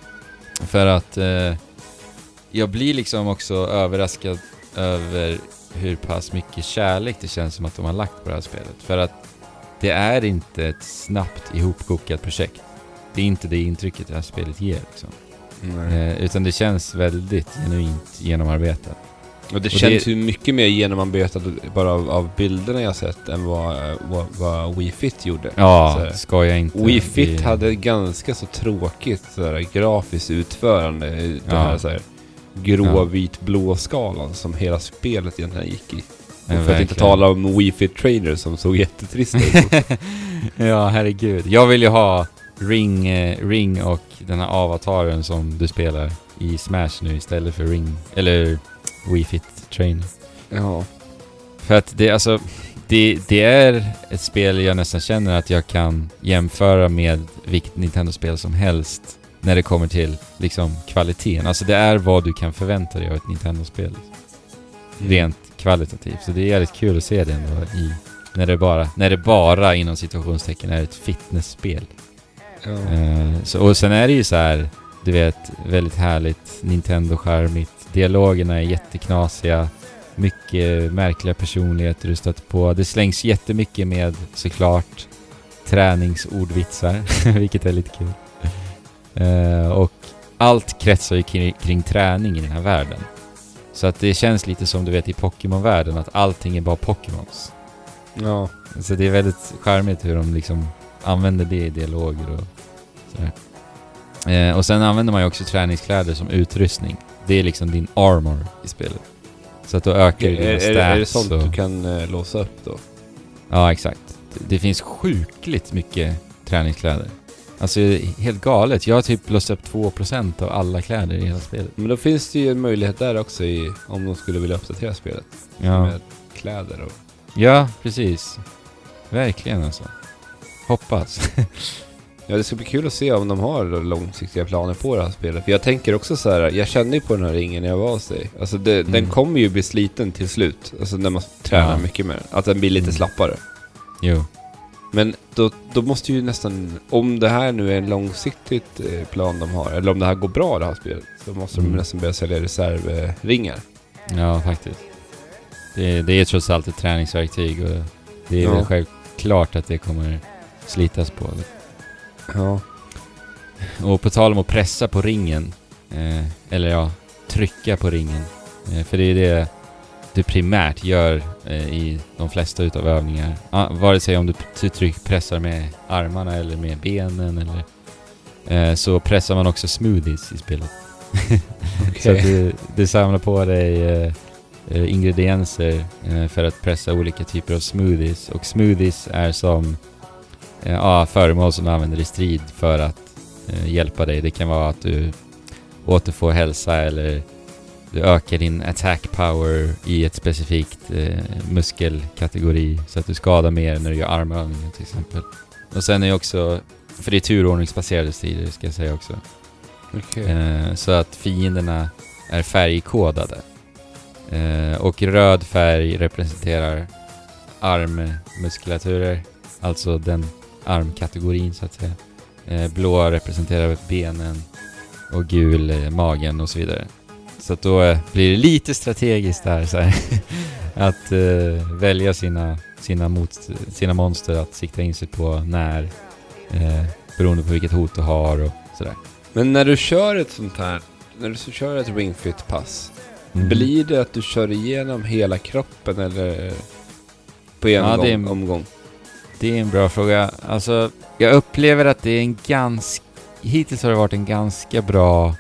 För att eh, jag blir liksom också överraskad över hur pass mycket kärlek det känns som att de har lagt på det här spelet. För att det är inte ett snabbt ihopkokat projekt. det är inte det intrycket det här spelet ger liksom. Nej. Eh, utan det känns väldigt genuint genomarbetat. Och det och känns det... ju mycket mer genomarbetat bara av, av bilderna jag sett än vad, vad, vad Wii Fit gjorde. Ja, ska jag inte. Wii Fit det... hade ganska så tråkigt sådär, grafiskt utförande. Det ja. här såhär, grå, vit, blå skalan som hela spelet egentligen gick i. Och Ja, för att inte tala om Wii Fit Trainer som såg jättetrist ut. Ja, herregud. Jag vill ju ha Ring, eh, Ring och den här avataren som du spelar i Smash nu istället för Ring, eller Wii Fit Trainer. Ja. För att det, alltså, det, det är ett spel jag nästan känner att jag kan jämföra med vilket Nintendo-spel som helst när det kommer till liksom kvaliteten. Alltså det är vad du kan förvänta dig av ett Nintendo-spel. Mm. Rent kvalitativt. Så det är jävligt kul att se det ändå i, när det bara, när det bara inom situationstecken är ett fitnessspel. Ja. Uh, så, och sen är det ju så här, du vet, väldigt härligt Nintendo-charmigt. Dialogerna är jätteknasiga. Mycket märkliga personligheter du stött på. Det slängs jättemycket med såklart träningsordvitsar, vilket är lite kul. Uh, och allt kretsar ju kring, kring träning i den här världen. Så att det känns lite som du vet i Pokémon-världen att allting är bara Pokémons. Ja. Så det är väldigt charmigt hur de liksom använder det i dialoger och sådär. Eh, och sen använder man ju också träningskläder som utrustning. Det är liksom din armor i spelet. Så att då ökar är, dina är, stats. är det sånt och... du kan uh, låsa upp då? Ja, exakt. Det, det finns sjukligt mycket träningskläder. Alltså helt galet. Jag har typ låst upp två procent av alla kläder i hela spelet. Men då finns det ju en möjlighet där också i, om de skulle vilja uppdatera spelet. Ja. Med kläder och... Ja, precis. Verkligen alltså. Hoppas. Ja, det ska bli kul att se om de har långsiktiga planer på det här spelet. För jag tänker också så här, jag känner ju på den här ringen när jag var hos dig. Alltså det, mm. den kommer ju bli sliten till slut. Alltså när man tränar ja. mycket mer. Att den blir lite mm. slappare. Jo. Men då, då måste ju nästan, om det här nu är en långsiktigt eh, plan de har, eller om det här går bra det här spelet, så måste mm. de nästan börja sälja reservringar. Ja, faktiskt. Det, det är trots allt ett träningsverktyg och det är ja. väl självklart att det kommer slitas på. Ja. Och på tal om att pressa på ringen, eh, eller ja, trycka på ringen, eh, för det är det du primärt gör eh, i de flesta utav övningar. Ah, vare sig om du, du tryck, pressar med armarna eller med benen eller, eh, så pressar man också smoothies i spelet. Okay. Så att du, du samlar på dig eh, eh, ingredienser eh, för att pressa olika typer av smoothies. Och smoothies är som eh, ah, föremål som du använder i strid för att eh, hjälpa dig. Det kan vara att du återfår hälsa eller du ökar din attack power i ett specifikt eh, muskelkategori så att du skadar mer när du gör armövningar till exempel. Och sen är det också, för det är turordningsbaserade strider ska jag säga också. Okay. Eh, så att fienderna är färgkodade. Eh, och röd färg representerar armmuskulaturer, alltså den armkategorin så att säga. Eh, blå representerar benen och gul eh, magen och så vidare. Så att då blir det lite strategiskt där så här, att uh, välja sina, sina, mot, sina monster att sikta in sig på när, uh, beroende på vilket hot du har och sådär. Men när du kör ett sånt här, när du kör ett Ring Fit-pass, mm. blir det att du kör igenom hela kroppen eller på en ja, gång, det är en, omgång? Det är en bra fråga. Alltså, jag upplever att det är en ganska, hittills har det varit en ganska bra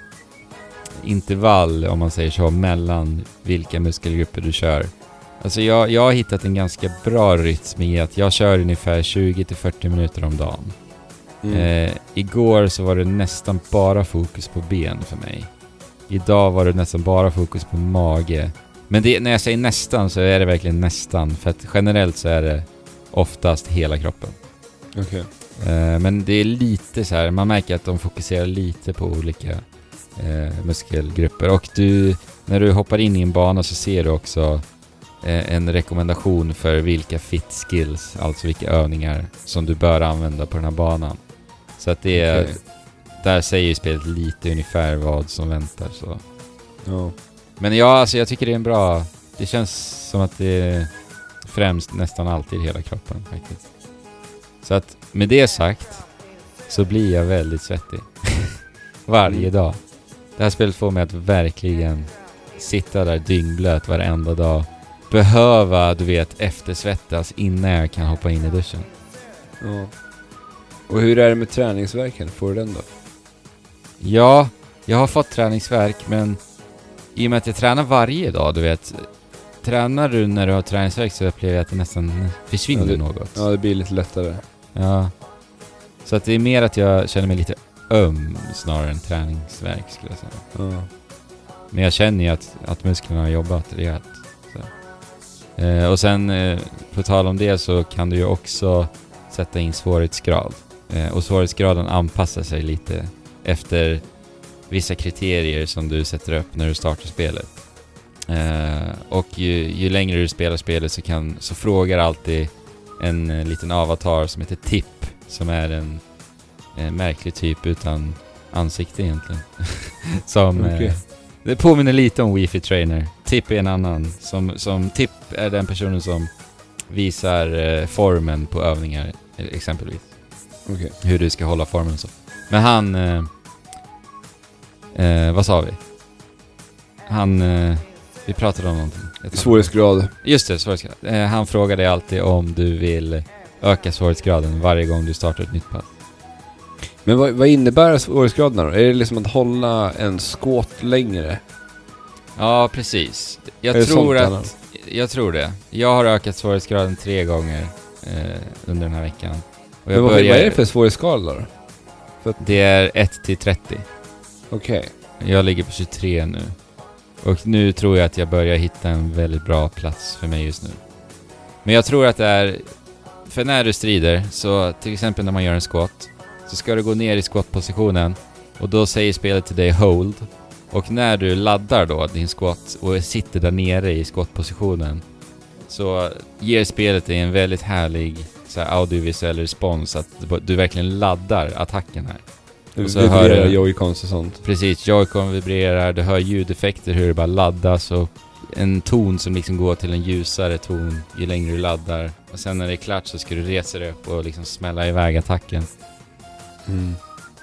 intervall om man säger så mellan vilka muskelgrupper du kör. Alltså jag, jag har hittat en ganska bra rytm i att jag kör ungefär tjugo till fyrtio minuter om dagen. Mm. Eh, igår så var det nästan bara fokus på ben för mig. Idag var det nästan bara fokus på mage. Men det, när jag säger nästan så är det verkligen nästan. För att generellt så är det oftast hela kroppen. Okay. Eh, men det är lite så här, man märker att de fokuserar lite på olika Eh, muskelgrupper. Och du, när du hoppar in i en bana så ser du också eh, en rekommendation för vilka fit skills, alltså vilka övningar som du bör använda på den här banan. Så att det är, okay. Där säger ju spelet lite ungefär vad som väntar så. Ja. Men ja, alltså jag tycker det är en bra, det känns som att det är främst nästan alltid hela kroppen faktiskt. Så att med det sagt så blir jag väldigt svettig. Varje Mm. dag. Det här spelet får mig att verkligen sitta där dyngblöt varenda dag. Behöva, du vet, eftersvettas innan jag kan hoppa in i duschen. Ja. Och hur är det med träningsverken? Får du den då? Ja, jag har fått träningsvärk, men i och med att jag tränar varje dag, du vet. Tränar du när du har träningsvärk så upplever jag att det nästan försvinner Ja, det- något. Ja, det blir lite lättare. Ja. Så att det är mer att jag känner mig lite öm snarare än träningsvärk, skulle jag säga. Ja. Men jag känner ju att, att musklerna har jobbat rejält. Så. Eh, och sen, eh, på tal om det, så kan du ju också sätta in svårighetsgrad. Eh, och svårighetsgraden anpassar sig lite efter vissa kriterier som du sätter upp när du startar spelet. Eh, och ju, ju längre du spelar spelet så, kan, så frågar alltid en eh, liten avatar som heter Tip, som är en eh, märklig typ utan ansikte egentligen. som... Okej. Eh, det påminner lite om Wi-Fi Trainer. Tip är en annan. Som, som Tip är den personen som visar eh, formen på övningar, eh, exempelvis. Okej. Hur du ska hålla formen så. Men han... Eh, eh, vad sa vi? Han... Eh, vi pratade om någonting. Jag tar- Svårighetsgrad. Just det, svårighetsgrad. Eh, han frågar dig alltid om du vill öka svårighetsgraden varje gång du startar ett nytt pass. Men vad, vad innebär svårighetsgraderna då? Är det liksom att hålla en skåt längre? Ja, precis. Jag Är det tror sånt, att... Jag tror det. Jag har ökat svårighetsgraden tre gånger eh, under den här veckan. Och jag Men vad, börjar, vad är det för svårighetsskala då? det är ett till trettio. Okej. Jag ligger på tjugotre nu. Och nu tror jag att jag börjar hitta en väldigt bra plats för mig just nu. Men jag tror att det är... För när du strider, så till exempel när man gör en squat, så ska du gå ner i squat-positionen. Och då säger spelet till dig hold. Och när du laddar då din squat och sitter där nere i squat-positionen, så ger spelet dig en väldigt härlig så här, audiovisuell respons. Att du, du verkligen laddar attacken här. Det Och så hör vibrerar du- joycons och sånt. Precis, joycon vibrerar, du hör ljudeffekter, hur det bara laddas och en ton som liksom går till en ljusare ton ju längre du laddar. Och sen när det är klart så ska du resa dig upp och liksom smälla iväg attacken. Mm.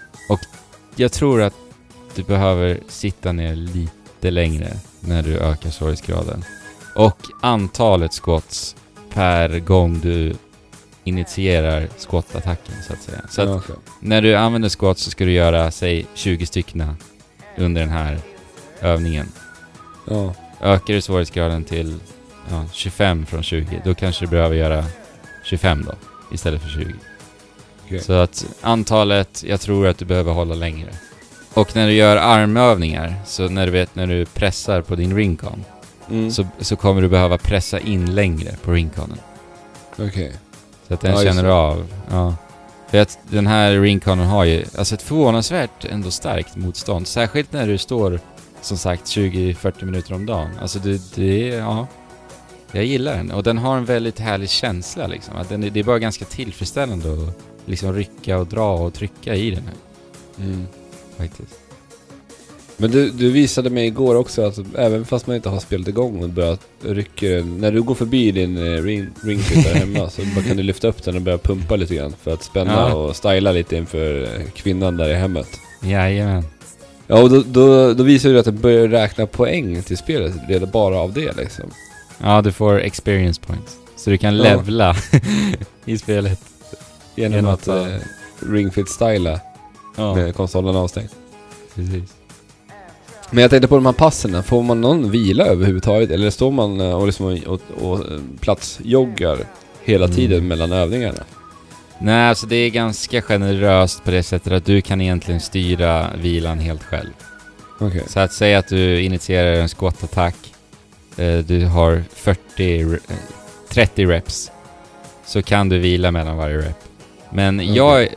Jag tror att du behöver sitta ner lite längre när du ökar svårighetsgraden. Och antalet squats per gång du initierar squat-attacken, så att säga. Så att Ja, okej. när du använder squat så ska du göra, säg, tjugo stycken under den här övningen. Ja. Ökar du svårighetsgraden till ja, tjugofem från tjugo, då kanske du behöver göra tjugofem då, istället för tjugo. Okej. Så att antalet, jag tror att du behöver hålla längre. Och när du gör armövningar, så när du vet när du pressar på din ringcon, Mm. så, så kommer du behöva pressa in längre på ringconen. Okej. Så att den Ja, just känner det. av. Ja. För att den här ringconen har ju alltså ett förvånansvärt ändå starkt motstånd. Särskilt när du står, som sagt, tjugo till fyrtio minuter om dagen. Alltså det, det är, ja. Jag gillar den. Och den har en väldigt härlig känsla liksom. Att den, det är bara ganska tillfredsställande att liksom rycka och dra och trycka i den här. Mm. Faktiskt. Men du, du visade mig igår också att även fast man inte har spelat igång och börjat rycka den, när du går förbi din eh, ring, ringfit där hemma, så bara kan du lyfta upp den och börja pumpa lite grann för att spänna Ja. och styla lite inför eh, kvinnan där i hemmet. Jajamän. Ja, och då, då, då visar du att den börjar räkna poäng till spelet redan bara av det liksom. Ja, du får experience points. Så du kan Ja. levla i spelet. Genom, Genom att att, eh, ringfit styla Ja, med konsolen avstängd. precis. Men jag tänkte på de här passen, får man någon vila överhuvudtaget? Eller står man eh, och, liksom och, och, och platsjoggar hela Mm. tiden mellan övningarna? Nej, alltså det är ganska generöst på det sättet att du kan egentligen styra vilan helt själv. Okej. Så att säga att du initierar en squat-attack, eh, du har fyrtio, re- eh, trettio reps, så kan du vila mellan varje rep. Men Okej. jag,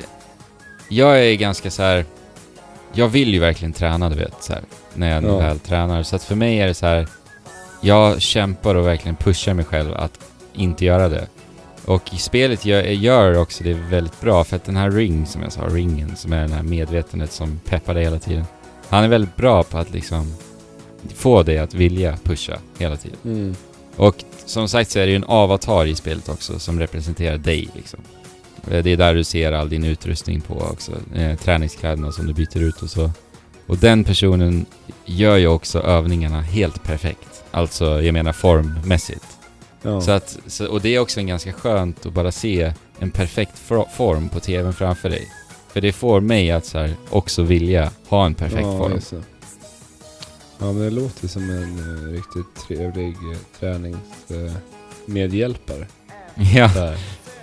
jag är ganska så här. Jag vill ju verkligen träna, du vet, så här, när jag Ja. väl tränar. Så att för mig är det så här, jag kämpar och verkligen pushar mig själv att inte göra det. Och i spelet gör, gör också det väldigt bra, för att den här ring, som jag sa, ringen, som är den här medvetenhet som peppar dig hela tiden. Han är väldigt bra på att liksom få dig att vilja pusha hela tiden. Mm. Och som sagt så är det ju en avatar i spelet också som representerar dig liksom. Det är där du ser all din utrustning på också. Eh, träningskläderna som du byter ut och så. Och den personen gör ju också övningarna helt perfekt. Alltså, jag menar formmässigt. Ja. Så att, så, och det är också en ganska skönt att bara se en perfekt for, form på tvn framför dig. För det får mig att så här, också vilja ha en perfekt ja, form. Just det. Ja, men det låter som en uh, riktigt trevlig uh, träningsmedhjälpare. Uh, ja. Där.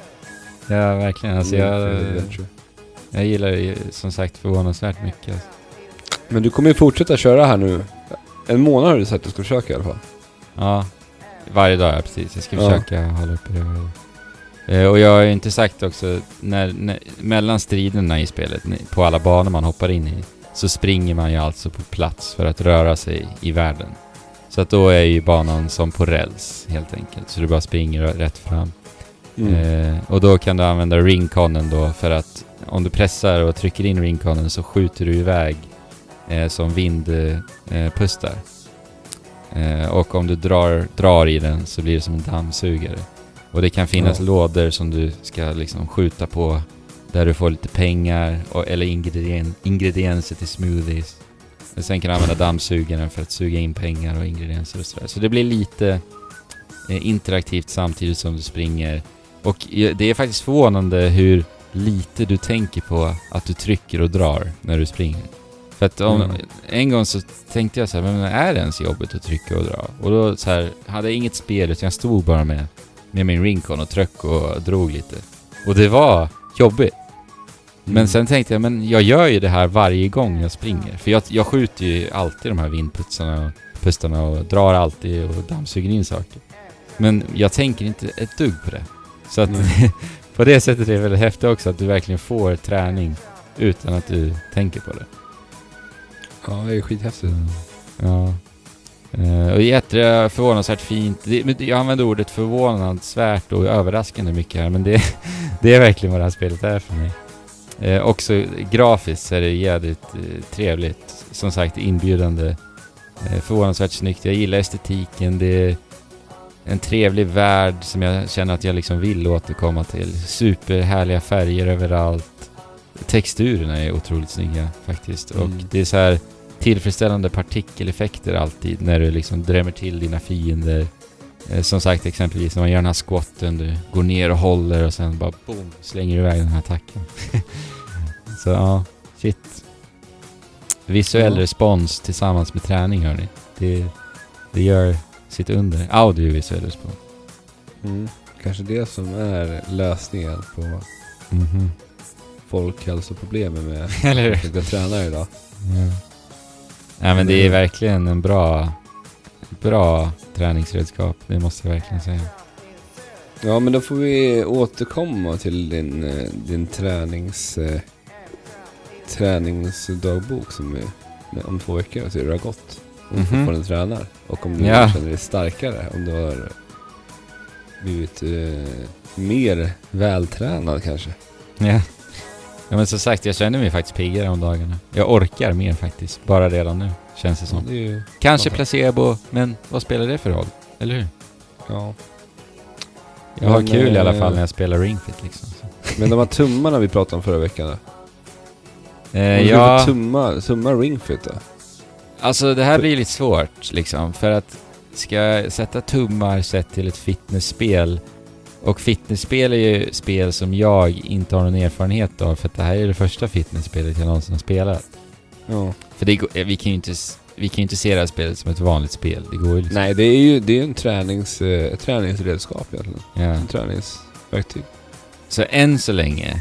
Ja, verkligen. Alltså, jag, Adventure. jag gillar det som sagt förvånansvärt mycket. Alltså. Men du kommer ju fortsätta köra här nu. En månad har du sagt att du ska försöka i alla fall. Ja, varje dag, ja, precis. Jag ska Ja. försöka hålla uppe det varje dag. Eh, och jag har ju inte sagt också, när, när, mellan striderna i spelet, på alla banor man hoppar in i, så springer man ju alltså på plats för att röra sig i världen. Så att då är ju banan som på räls, helt enkelt. Så du bara springer rätt fram. Mm. Eh, och då kan du använda ringconen då, för att om du pressar och trycker in ringconen så skjuter du iväg eh, som vindpustar. Eh, eh, och om du drar, drar i den så blir det som en dammsugare. Och det kan finnas Ja. lådor som du ska liksom skjuta på, där du får lite pengar och, eller ingredien, ingredienser till smoothies. Och sen kan du använda dammsugaren för att suga in pengar och ingredienser och sådär. Så det blir lite eh, interaktivt samtidigt som du springer. Och det är faktiskt förvånande hur lite du tänker på att du trycker och drar när du springer. För att om, Mm. en gång så tänkte jag så här, men är det ens jobbigt att trycka och dra? Och då så här, hade jag inget spel, utan jag stod bara med, med min ringcon och tryck och drog lite. Och det var jobbigt. Mm. Men sen tänkte jag, men jag gör ju det här varje gång jag springer. För jag, jag skjuter ju alltid de här vindputsarna och pustarna och drar alltid och dammsuger in saker. Men jag tänker inte ett dugg på det. Så att på det sättet är det väldigt häftigt också att du verkligen får träning utan att du tänker på det. Ja, det är skithäftigt. Mm. Ja. Uh, och jätte förvånansvärt fint. Det, jag använder ordet förvånansvärt och överraskande mycket här, men det, det är verkligen vad det här spelet är för mig. Uh, också grafiskt är det jävligt uh, trevligt. Som sagt, inbjudande. Uh, förvånansvärt snyggt. Jag gillar estetiken. Det är en trevlig värld som jag känner att jag liksom vill återkomma till. Superhärliga färger överallt. Texturerna är otroligt snygga faktiskt. Mm. Och det är så här tillfredsställande partikeleffekter alltid när du liksom drämmer till dina fiender. Eh, som sagt, exempelvis när man gör den här squatten, du går ner och håller och sen bara boom, slänger iväg den här attacken. Så ja, shit. Visuell Ja. respons tillsammans med träning, hörni. Det, det gör sitt under. Audiovisuell respons. Mm. Kanske det som är lösningen på Mhm. folkhälsoproblemen med Eller hur? olika tränare idag. Ja. Nej, men det är verkligen en bra bra träningsredskap, det måste jag verkligen säga. Ja, men då får vi återkomma till din, eh, din tränings eh, träningsdagbok som vi, om två veckor och se hur det har gått. Om du Mhm. får en tränar. Och om du Ja. känner dig starkare. Om du har blivit eh, mer vältränad kanske. Ja. Ja, men som sagt, jag känner mig faktiskt piggare om dagarna. Jag orkar mer faktiskt, bara redan nu, känns det som. Det är ju, Kanske ja. placebo, men vad spelar det för roll? Eller hur? ja. Jag har Men, kul i alla eh, fall när jag spelar Ring Fit liksom. Så. Men de här tummarna vi pratade om förra veckan då? Eh, Vad är det ja, för tumma, tumma Ring Fit då? alltså det här blir lite svårt liksom. För att ska jag sätta tummar sett till ett fitnessspel. Och fitnessspel är ju spel som jag inte har någon erfarenhet av. För att det här är det första fitnessspelet jag någonsin har spelat. Ja. För det går, vi kan ju inte, s- vi kan ju inte se det här spelet som ett vanligt spel. Det går ju liksom. Nej, det är ju det är en tränings, eh, ett träningsredskap egentligen. Ja. En träningsverktyg. Så än så länge,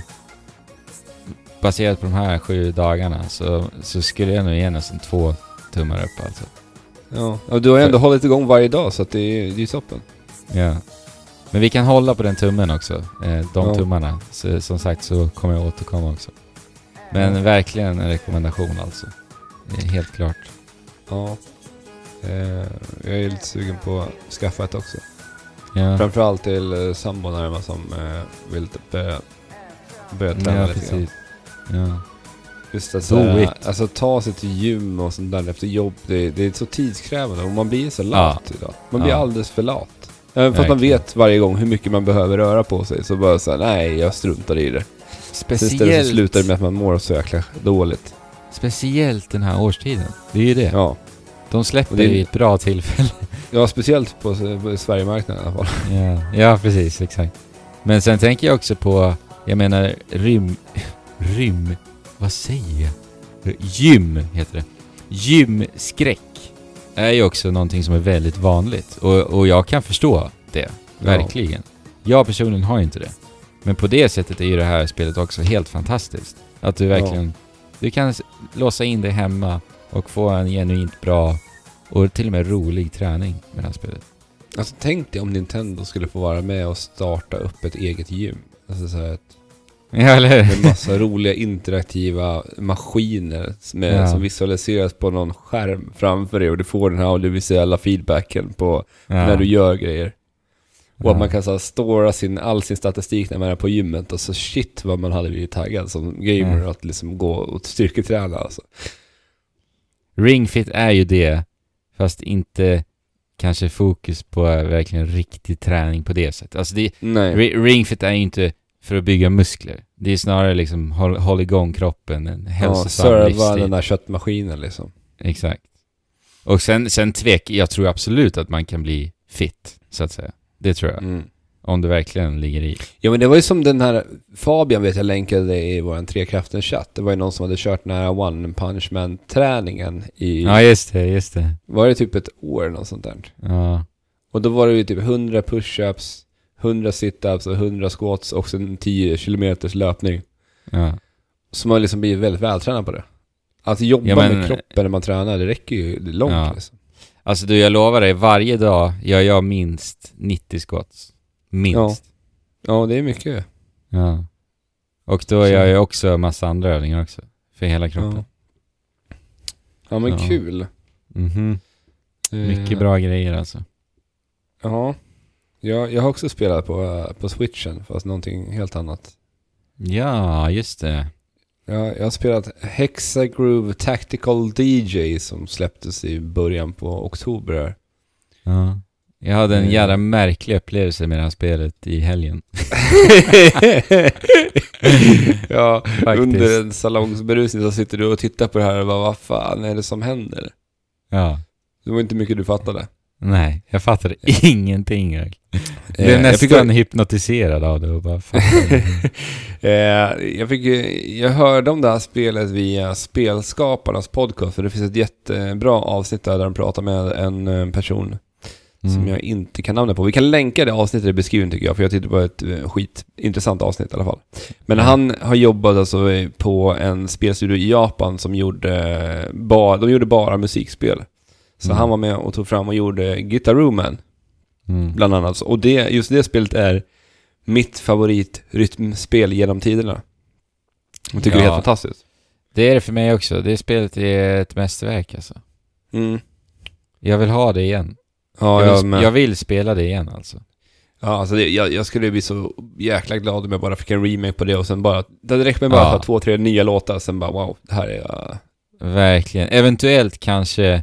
baserat på de här sju dagarna, så, så skulle jag nog ge nästan två tummar upp alltså. Ja. Och du har ju ändå hållit igång varje dag så att det är det är toppen. Ja. Men vi kan hålla på den tummen också, eh, de Ja. tummarna. Så, som sagt så kommer jag återkomma också. Men Ja. verkligen en rekommendation alltså. Det är helt klart. Ja. Eh, jag är lite sugen på att skaffa ett också. Ja, Framförallt till eh, sambon här som eh, vill typ börja, börja träna ja lite grann. precis. Ja. Just att Do såhär, it. alltså ta sig till gym och sånt där efter jobb, det, det är så tidskrävande och man blir så lat idag. Man blir Ja. alldeles för lat. Även fast man Verkligen. vet varje gång hur mycket man behöver röra på sig, så bara så här, nej, jag struntar i det. Istället så Speciellt, slutar det med att man mår så jäkla dåligt. speciellt den här årstiden. Det är ju det. Ja, De släpper Och det- det i ett bra tillfälle. ja speciellt på, på Sverigemarknaden i alla fall. Ja, ja, precis, exakt. Men sen tänker jag också på, jag menar, rym... Rym... Vad säger jag? Gym heter det. Gymskräck är ju också någonting som är väldigt vanligt. Och, och jag kan förstå det, verkligen. Jag personligen har ju inte det. Men på det sättet är ju det här spelet också helt fantastiskt. Att du verkligen... Du kan s- låsa in dig hemma och få en genuint bra och till och med rolig träning med det här spelet. Alltså tänk dig om Nintendo skulle få vara med och starta upp ett eget gym. Alltså så här ett, Ja, eller med massa roliga interaktiva maskiner med, Ja. som visualiseras på någon skärm framför dig, och du får den här audiovisuella feedbacken på ja. när du gör grejer. Och Ja. att man kan så här stora sin, all sin statistik när man är på gymmet, och så shit vad man hade blivit taggad som gamer Ja. att liksom gå och styrketräna alltså. Ring Fit är ju det, fast inte kanske fokus på verkligen riktig träning på det sättet. Alltså det, Nej. Ri- Ring Fit är ju inte för att bygga muskler. Det är snarare liksom håll, håll igång kroppen, en Ja, hälsosam serva livsstil. den där köttmaskinen liksom. Exakt. Och sen, sen tvek, jag tror absolut att man kan bli fit, så att säga. Det tror jag. Mm. Om det verkligen ligger i. Ja, men det var ju som den här Fabian, vet jag, länkade i våran Trekraften-chatt. Det var ju någon som hade kört den här One Punch Man-träningen i... Ja, just det, just det. Var det typ ett år eller något sånt där? Ja. Och då var det ju typ hundra push-ups, hundra sit-ups och hundra squats och sen tio kilometers löpning. Ja. Så man liksom blir väldigt vältränad på det. Att jobba Ja, men- med kroppen när man tränar, det räcker ju långt Ja. liksom. Alltså du, jag lovar dig, varje dag gör jag minst nittio squats. Minst. Ja, det är mycket. Ja. Och då gör jag också massa andra övningar också. För hela kroppen. Ja, ja men Ja. kul. Mhm. Mycket Eh, bra grejer alltså. Ja. Jag, jag har också spelat på, eh, på Switchen, fast någonting helt annat. Ja, just det. Jag, jag har spelat Hexagroove Tactical D J som släpptes i början på oktober här. Ja. Jag hade en Mm. jävla märklig upplevelse med det här spelet i helgen. Ja, Faktiskt. under en salongsberusning så sitter du och tittar på det här och bara, vad fan är det som händer? Ja. Det var inte mycket du fattade. Nej, jag fattade ingenting. Jag blev Eh, jag nästan fick- hypnotiserad av det och bara fattade. Eh, jag, fick, jag hörde om det här spelet via Spelskaparnas podcast, för det finns ett jättebra avsnitt där de pratar med en eh, person som Mm. jag inte kan namnet på. Vi kan länka det avsnittet i beskrivningen tycker jag, för jag tyckte det var ett eh, skitintressant avsnitt i alla fall. Men Mm. han har jobbat alltså på en spelstudio i Japan som gjorde, ba, de gjorde bara musikspel. Så Mm. han var med och tog fram och gjorde Guitar Room Man Mm. bland annat. Och det, just det spelet är mitt favoritrytmspel genom tiderna. Jag tycker Ja. det är helt fantastiskt. Det är det för mig också. Det spelet är ett mästerverk alltså. Mm. Jag vill ha det igen. Ja, jag, jag, vill, med. jag vill spela det igen alltså. ja alltså det, jag, jag skulle bli så jäkla glad om jag bara fick en remake på det och sen bara, det räcker med bara Ja. att ha två, tre nya låtar, sen bara wow, det här är... Uh, Verkligen. Eventuellt kanske eh,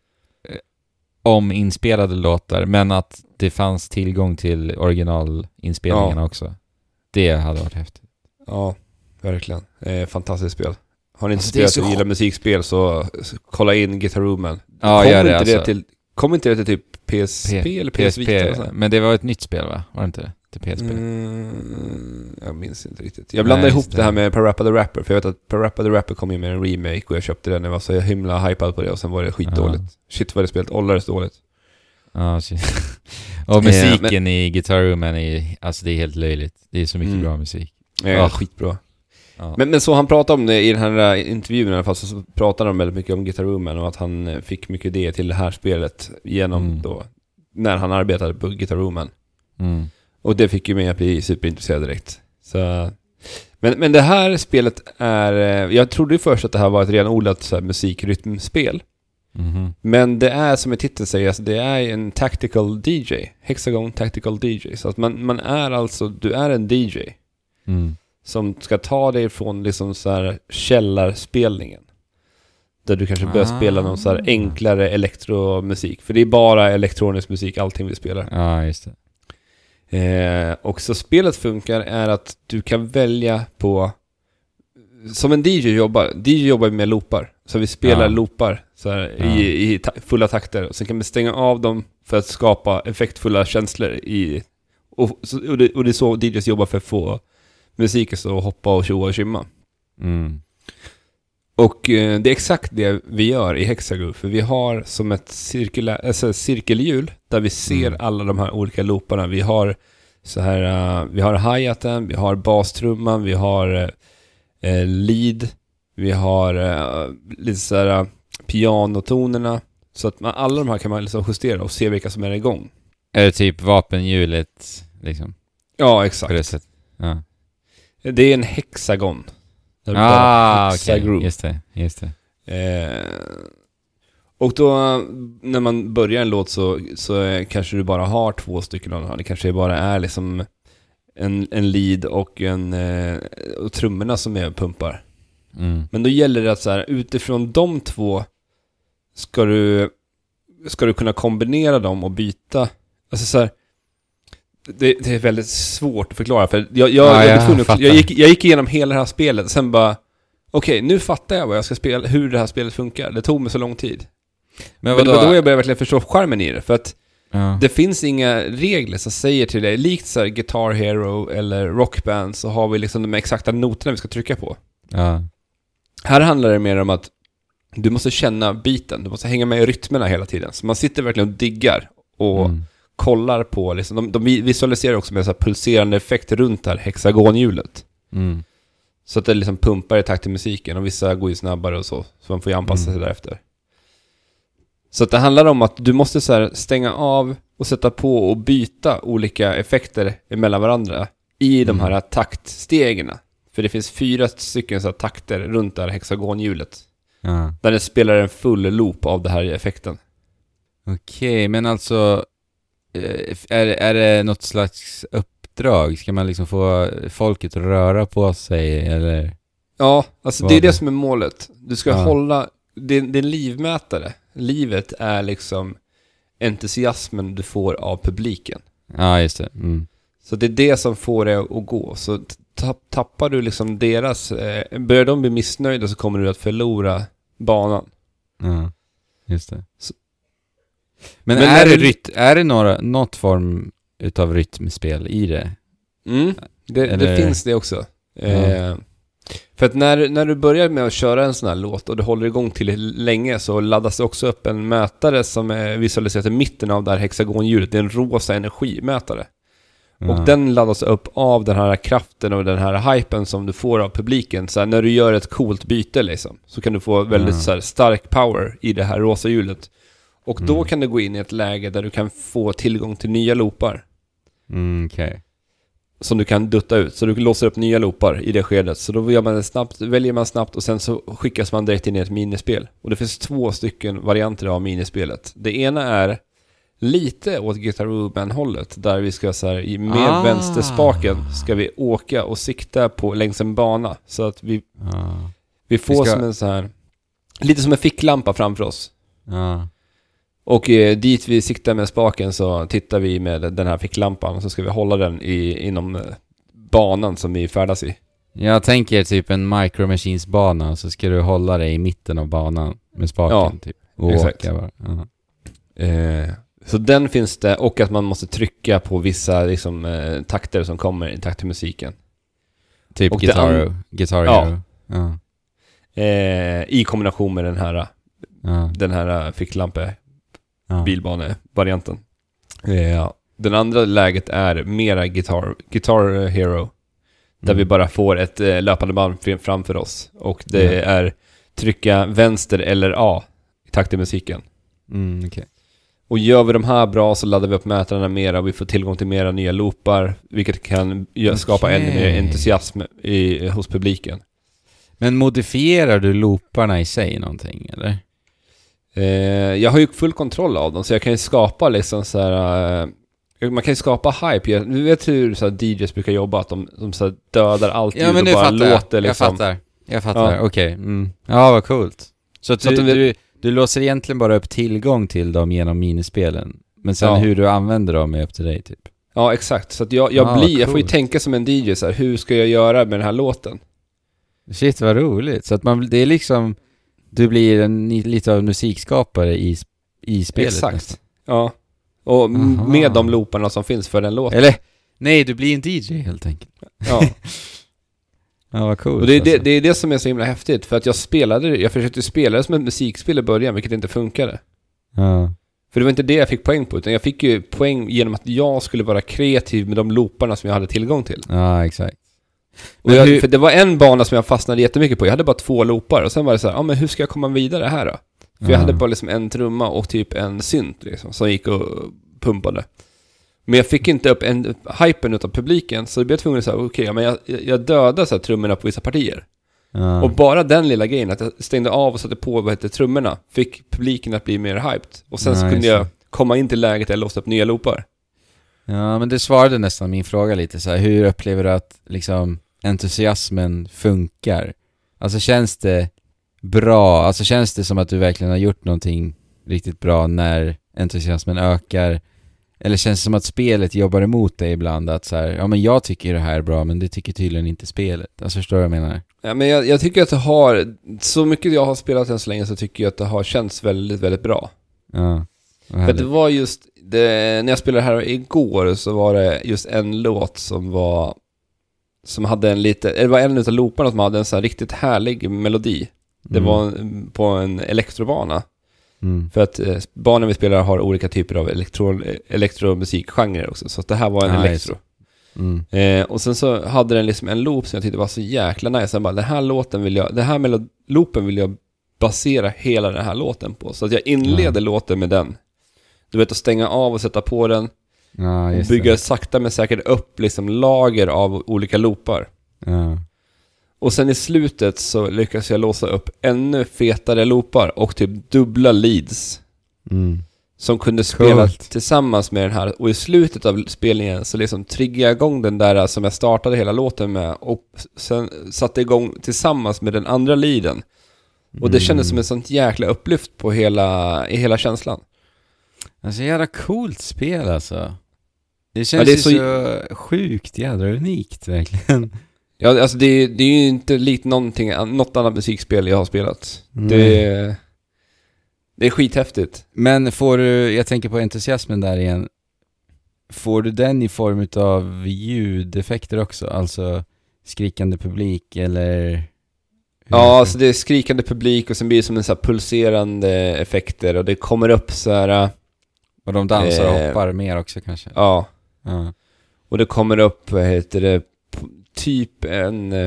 om inspelade låtar, men att det fanns tillgång till originalinspelningarna också. Det hade varit häftigt. ja, verkligen. Eh, fantastiskt spel. Har ni inte Alltså, det är spelat så och gillar musikspel så, så kolla in Guitar Room Man. Ja, kom gör inte det det alltså. till Kom inte det till typ P S P P- eller P S Vita? eller sådär? Men det var ett nytt spel va? Var det inte det? Till P S P? Mm, jag minns inte riktigt. Jag blandade Nej, ihop just det här det. med Parappa the Rapper, för jag vet att Parappa the Rapper kom ju med en remake och jag köpte den när jag var så himla hypad på det och sen var det skitdåligt. Ja. Shit vad det spelet åldrades dåligt. Ja, shit. Och musiken i Guitar Room är ju, alltså det är helt löjligt. Det är så mycket Mm. bra musik. Ja, Ja. skitbra. Ja. Men, men så han pratade om det i den här intervjun i alla fall, så, så pratade de väldigt mycket om Guitar Room Man och att han eh, fick mycket idéer till det här spelet genom Mm. då, när han arbetade på Guitar Room Man. Mm. Och det fick ju mig att bli superintresserad direkt. Så, men, men det här spelet är... eh, Jag trodde ju först att det här var ett renodlat så här, musikrytmspel. Mhm. Men det är, som i titeln säger, alltså, det är en tactical D J. Hexagon tactical D J. Så att man, man är alltså... Du är en D J Mm. som ska ta dig från liksom så här källarspelningen. Där du kanske börjar Ah. spela någon så här enklare elektromusik. För det är bara elektronisk musik, allting vi spelar. Ja, just det. Eh, och så spelet funkar är att du kan välja på, som en D J jobbar, D J jobbar med loopar, så vi spelar Ja. loopar så här, Ja. i, i ta- fulla takter, och sen kan vi stänga av dem för att skapa effektfulla känslor i, och, så, och, det, och det är så D Js jobbar för att få musiken så hoppa och tjoa och skymma. Mm. Och eh, det är exakt det vi gör i Hexagroove, för vi har som ett cirkulä- alltså cirkelhjul där vi ser Mm. alla de här olika looparna. Vi har så här, uh, vi har hi-haten, vi har bastrumman, vi har uh, lead, vi har uh, lite så här uh, pianotonerna, så att man, alla de här kan man liksom justera och se vilka som är igång. Är det typ vapenhjulet liksom? Ja, På exakt. det sättet? Ja. Det är en hexagon. Det är bara Ah, okej. hexagroove. Just det, just det. Eh, och då när man börjar en låt så, så är, kanske du bara har två stycken av de här. Det kanske bara är liksom en, en lead och, en, eh, och trummorna som är pumpar. Mm. Men då gäller det att så här, utifrån de två ska du, ska du kunna kombinera dem och byta. Alltså så här, det, det är väldigt svårt att förklara, för jag, jag, Ja, jag, jag jag, jag, fattar. jag, gick, jag gick igenom hela det här spelet, sen bara okej, nu fattar jag vad jag ska spela, hur det här spelet funkar. Det tog mig så lång tid. Men Men vadå? då jag började verkligen förstå skärmen i det, för att Ja. det finns inga regler som säger till dig, likt så här Guitar Hero eller Rock Band, så har vi liksom de exakta noterna vi ska trycka på. Ja. Här handlar det mer om att du måste känna biten, du måste hänga med i rytmerna hela tiden. Så man sitter verkligen och diggar och Mm. kollar på, liksom, de, de visualiserar också med så här pulserande effekt runt det här hexagonhjulet. Mm. Så att det liksom pumpar i takt till musiken, och vissa går ju snabbare och så, så man får ju anpassa Mm. sig därefter. Så att det handlar om att du måste så här stänga av och sätta på och byta olika effekter mellan varandra i de Mm. här taktstegen. För det finns fyra stycken så här takter runt det här hexagonhjulet, Ja. där det spelar en full loop av den här effekten. Okej, men alltså eh, är, är det något slags uppdrag? Ska man liksom få folket att röra på sig, eller? Ja, alltså Vad det är det? det som är målet. Du ska Ja. hålla, det, det är en livmätare. Livet är liksom entusiasmen du får av publiken. Ja, just det. Mm. Så det är det som får det att gå. Så tapp, tappar du liksom deras, eh, börjar de bli missnöjda så kommer du att förlora banan. Ja, just det. Så- Men, Men är, är det det- ryt- är det några, något form utav rytmspel i det? Mm, det, det Eller- finns det också. Ja. Eh, för att när, när du börjar med att köra en sån här låt och du håller igång till länge, så laddas det också upp en mätare som är visualiserad i mitten av det här hexagonhjulet. Det är en rosa energimätare. Ja. Och den laddas upp av den här kraften och den här hypen som du får av publiken. Så här, när du gör ett coolt byte liksom, så kan du få väldigt Ja. så här, stark power i det här rosa hjulet. Och då Mm. kan du gå in i ett läge där du kan få tillgång till nya loopar Mm, okej. som du kan dutta ut. Så du låser upp nya loopar i det skedet. Så då gör man det snabbt, väljer man snabbt, och sen så skickas man direkt in i ett minispel. Och det finns två stycken varianter av minispelet. Det ena är lite åt Guitar Hero-hållet, där vi ska så här, i med Ah. vänsterspaken ska vi åka och sikta på längs en bana, så att vi, Ja. vi får Vi ska- som en så här, lite som en ficklampa framför oss. Ja. Och eh, dit vi siktar med spaken så tittar vi med den här ficklampan, och så ska vi hålla den i, inom eh, banan som vi färdas i. Jag tänker typ en Micro Machines-bana, så ska du hålla dig i mitten av banan med spaken Ja, typ. Och exakt. åka bara. Ja. Eh, så den finns det, och att man måste trycka på vissa liksom, eh, takter som kommer i takt till musiken. Typ Och det Guitar, an- Guitar Ja. Hero. Ja. Eh, I kombination med den här, Ja. den här ficklampe Ja. bilbane-varianten. Eh, den andra läget är mera Guitar, Guitar Hero, där Mm. vi bara får ett eh, löpande band fr- framför oss. Och det Ja. är trycka vänster eller A i takt till musiken. Mm, okej. Och gör vi de här bra så laddar vi upp mätarna mera, och vi får tillgång till mera nya loopar, vilket kan gö- skapa Okej. ännu mer entusiasm i, hos publiken. Men modifierar du looparna i sig någonting, eller? Eh, jag har ju full kontroll av dem, så jag kan ju skapa liksom så här, eh, man kan ju skapa hype. Jag, du vet hur så här D Js brukar jobba, att de, de så här dödar allt ljud och bara låter jag. liksom. Jag fattar. Jag fattar, Ja. okej. Mm. Ja, vad coolt. Så, att Så du, att de- du, du låser egentligen bara upp tillgång till dem genom minispelen. Men sen Ja. hur du använder dem är upp till dig typ. Ja, exakt. Så att jag, jag, Ah, blir, jag får ju coolt. tänka som en D J så här, hur ska jag göra med den här låten? Shit, vad roligt. Så att man, det är liksom, du blir en, lite av musikskapare i, i spelet. Exakt. Nästan. Ja. Och m- Aha. med de looparna som finns för den låten. Eller, nej, du blir en D J helt enkelt. Ja. Ja, vad coolt. Och det är det, alltså. det är det som är så himla häftigt. För att jag spelade, jag försökte spela det som ett musikspel i början, vilket inte funkade. Ja. För det var inte det jag fick poäng på, utan jag fick ju poäng genom att jag skulle vara kreativ med de looparna som jag hade tillgång till. Ja, exakt. Och Men jag, hur- för det var en bana som jag fastnade jättemycket på. Jag hade bara två loopar och sen var det så här, ja men hur ska jag komma vidare här då? För jag Ja. hade bara liksom en trumma och typ en synt liksom, som gick och pumpade. Men jag fick inte upp en hypen utav publiken, så jag blev tvungen att säga, okej, okay, ja, men jag, jag dödade så här trummorna på vissa partier. Ja. Och bara den lilla grejen, att jag stängde av och satte på vad heter trummorna, fick publiken att bli mer hyped. Och sen så Ja, kunde just jag komma in till läget där jag låste upp nya loopar. Ja, men det svarade nästan min fråga lite så här, hur upplever du att liksom entusiasmen funkar? Alltså känns det bra? Alltså känns det som att du verkligen har gjort någonting riktigt bra när entusiasmen ökar? Eller känns det som att spelet jobbar emot dig ibland? Att så här, ja men jag tycker det här är bra, men det tycker tydligen inte spelet. Alltså förstår du vad jag menar? Ja, men jag, jag tycker att det har, så mycket jag har spelat än så länge, så tycker jag att det har känts väldigt, väldigt bra. Ja. För det var just, det, när jag spelade här igår så var det just en låt som var, som hade en lite, det var en utav looparna som hade en sån här riktigt härlig melodi. Det Mm. var en, på en elektrobana. Mm. För att eh, banan vi spelar har olika typer av elektro, elektromusikgenrer också. Så att det här var en Ah, elektro. Mm. Eh, och sen så hade den liksom en loop som jag tyckte var så jäkla nice. Sen bara, den här låten vill jag, den här melod- loopen vill jag basera hela den här låten på. Så att jag inleder Ja. låten med den. Du vet, att stänga av och sätta på den. Ja, Och just bygga det. sakta men säkert upp liksom lager av olika loopar. Ja. Och sen i slutet så lyckas jag låsa upp ännu fetare loopar och typ dubbla leads. Mm. Som kunde spela Coolt. tillsammans med den här. Och i slutet av spelningen så liksom triggade jag igång den där som jag startade hela låten med. Och sen satte igång tillsammans med den andra leaden. Och det kändes som ett sånt jäkla upplyft på hela, i hela känslan. Alltså jävla coolt spel alltså. Det känns Ja, det är ju så- så... sjukt jävla unikt verkligen. Ja, alltså det, det är ju inte likt någonting, något annat musikspel jag har spelat. Nej. Det, det är skithäftigt. Men får du, jag tänker på entusiasmen där igen. Får du den i form av ljudeffekter också? Alltså skrikande publik eller... hur Ja, heter alltså det är skrikande publik och sen blir det som en så här pulserande effekter och det kommer upp så här. Och de dansar och eh, hoppar mer också kanske. Ja, Ja. och det kommer upp, vad heter det, p- typ en... eh,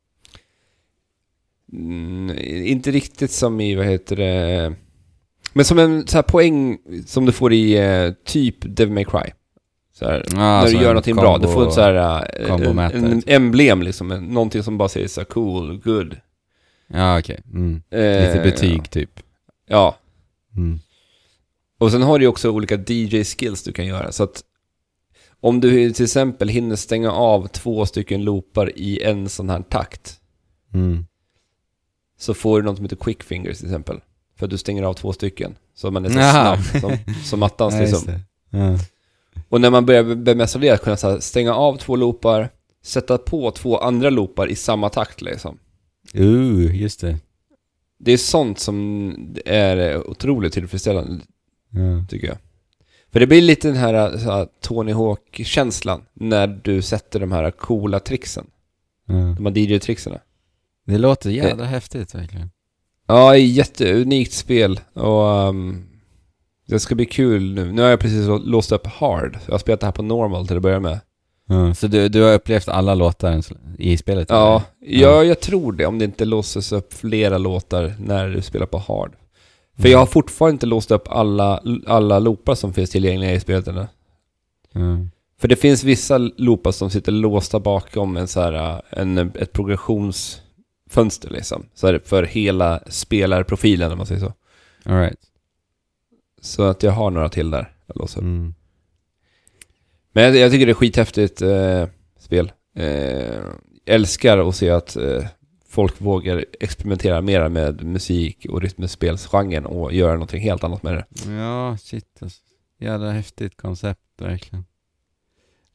Mm, inte riktigt som i, vad heter det... Men som en så här poäng som du får i eh, typ Devil May Cry. Så här, Ja, när alltså du gör en någonting combo- bra. Du får ett så här, eh, combo-mätare, en, en typ. emblem liksom. en- Någonting som bara säger så här cool, good. Ja, okej. Mm. Eh, Lite betyg typ. Ja. Mm. Och sen har du ju också olika D J-skills du kan göra. Så att om du till exempel hinner stänga av två stycken loopar i en sån här takt, Mm. så får du något som heter quick fingers till exempel. För att du stänger av två stycken. Så man är så Jaha. snabb som, som attans Ja, just liksom. det. Ja. Och när man börjar bemästra det, att kunna så här, stänga av två loopar, sätta på två andra loopar i samma takt liksom. Uh, just det. Det är sånt som är otroligt tillfredsställande, Ja. tycker jag. För det blir lite den här, så här Tony Hawk-känslan när du sätter de här coola tricksen. Ja. De här D J-trickserna. Det låter jävla häftigt verkligen. Ja, jätteunikt spel. Och um, det ska bli kul nu. Nu har jag precis lå- låst upp hard. Jag har spelat det här på normal till att börja med. Ja. Så du, du har upplevt alla låtar än så- i spelet? Ja, eller? ja, jag tror det. Om det inte låses upp flera låtar när du spelar på hard. För Mm. jag har fortfarande inte låst upp alla, alla loopar som finns tillgängliga i spelet ännu. Ja. För det finns vissa loopar som sitter låsta bakom en så här, en, ett progressionsfönster liksom. Så är det för hela spelarprofilen, om man säger så. All right. Så att jag har några till där att låsa upp. Mm. Men jag, jag tycker det är skithäftigt eh, spel. Eh, älskar att se att eh, folk vågar experimentera mer med musik och rytmspelsgenren och göra någonting helt annat med det. Ja, shit alltså. Jävla häftigt koncept verkligen.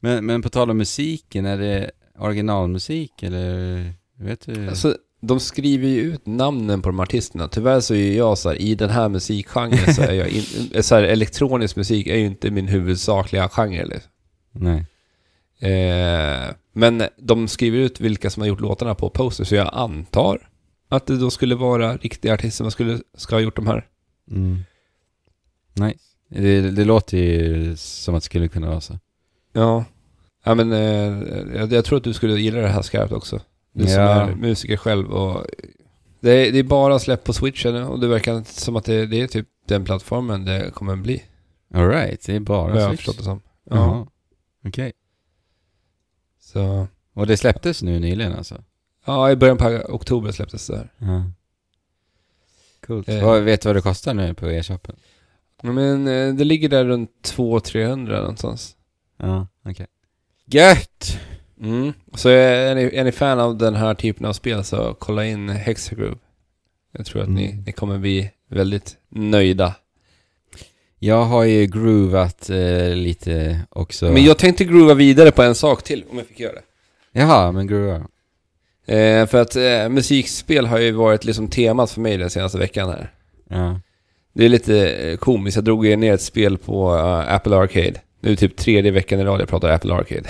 Men, men på tal om musiken, är det originalmusik eller vet du? Alltså, de skriver ju ut namnen på de artisterna. Tyvärr så är jag så här, i den här musikgenren så är jag in, så här, elektronisk musik är ju inte min huvudsakliga genre liksom. Nej. Eh, men de skriver ut vilka som har gjort låtarna på poster, så jag antar att det då skulle vara riktiga artister som skulle, ska ha gjort de här. Mm. Nej. Det, det låter ju som att det skulle kunna vara så. Ja. Ja, men eh, jag, jag tror att du skulle gilla det här skarpt också. Du som Ja. är musiker själv. Och det, är, det är bara släpp på Switchen och det verkar som att det, det är typ den plattformen det kommer bli. All right, det är bara Vad jag har Switch. förstått det som. Ja. Jaha. Okej. Så, Och det släpptes nu nyligen alltså? ja, i början på oktober släpptes det här. Ja. Coolt. Eh. Vad, vet du vad det kostar nu på e-shoppen? Men eh, det ligger där runt två till trehundra någonstans. Ja, okej. Okay. Gött! Mm. Så är ni, är ni fan av den här typen av spel så kolla in Hexagroove. Jag tror att Mm. ni, ni kommer bli väldigt nöjda. Jag har ju groovat eh, lite också. Men jag tänkte groova vidare på en sak till om jag fick göra det. Jaha, men groova. Eh, för att eh, musikspel har ju varit liksom temat för mig den senaste veckan här. Ja. Det är lite eh, komiskt. Jag drog ju ner ett spel på uh, Apple Arcade. Nu är typ tredje veckan i rad jag pratar Apple Arcade.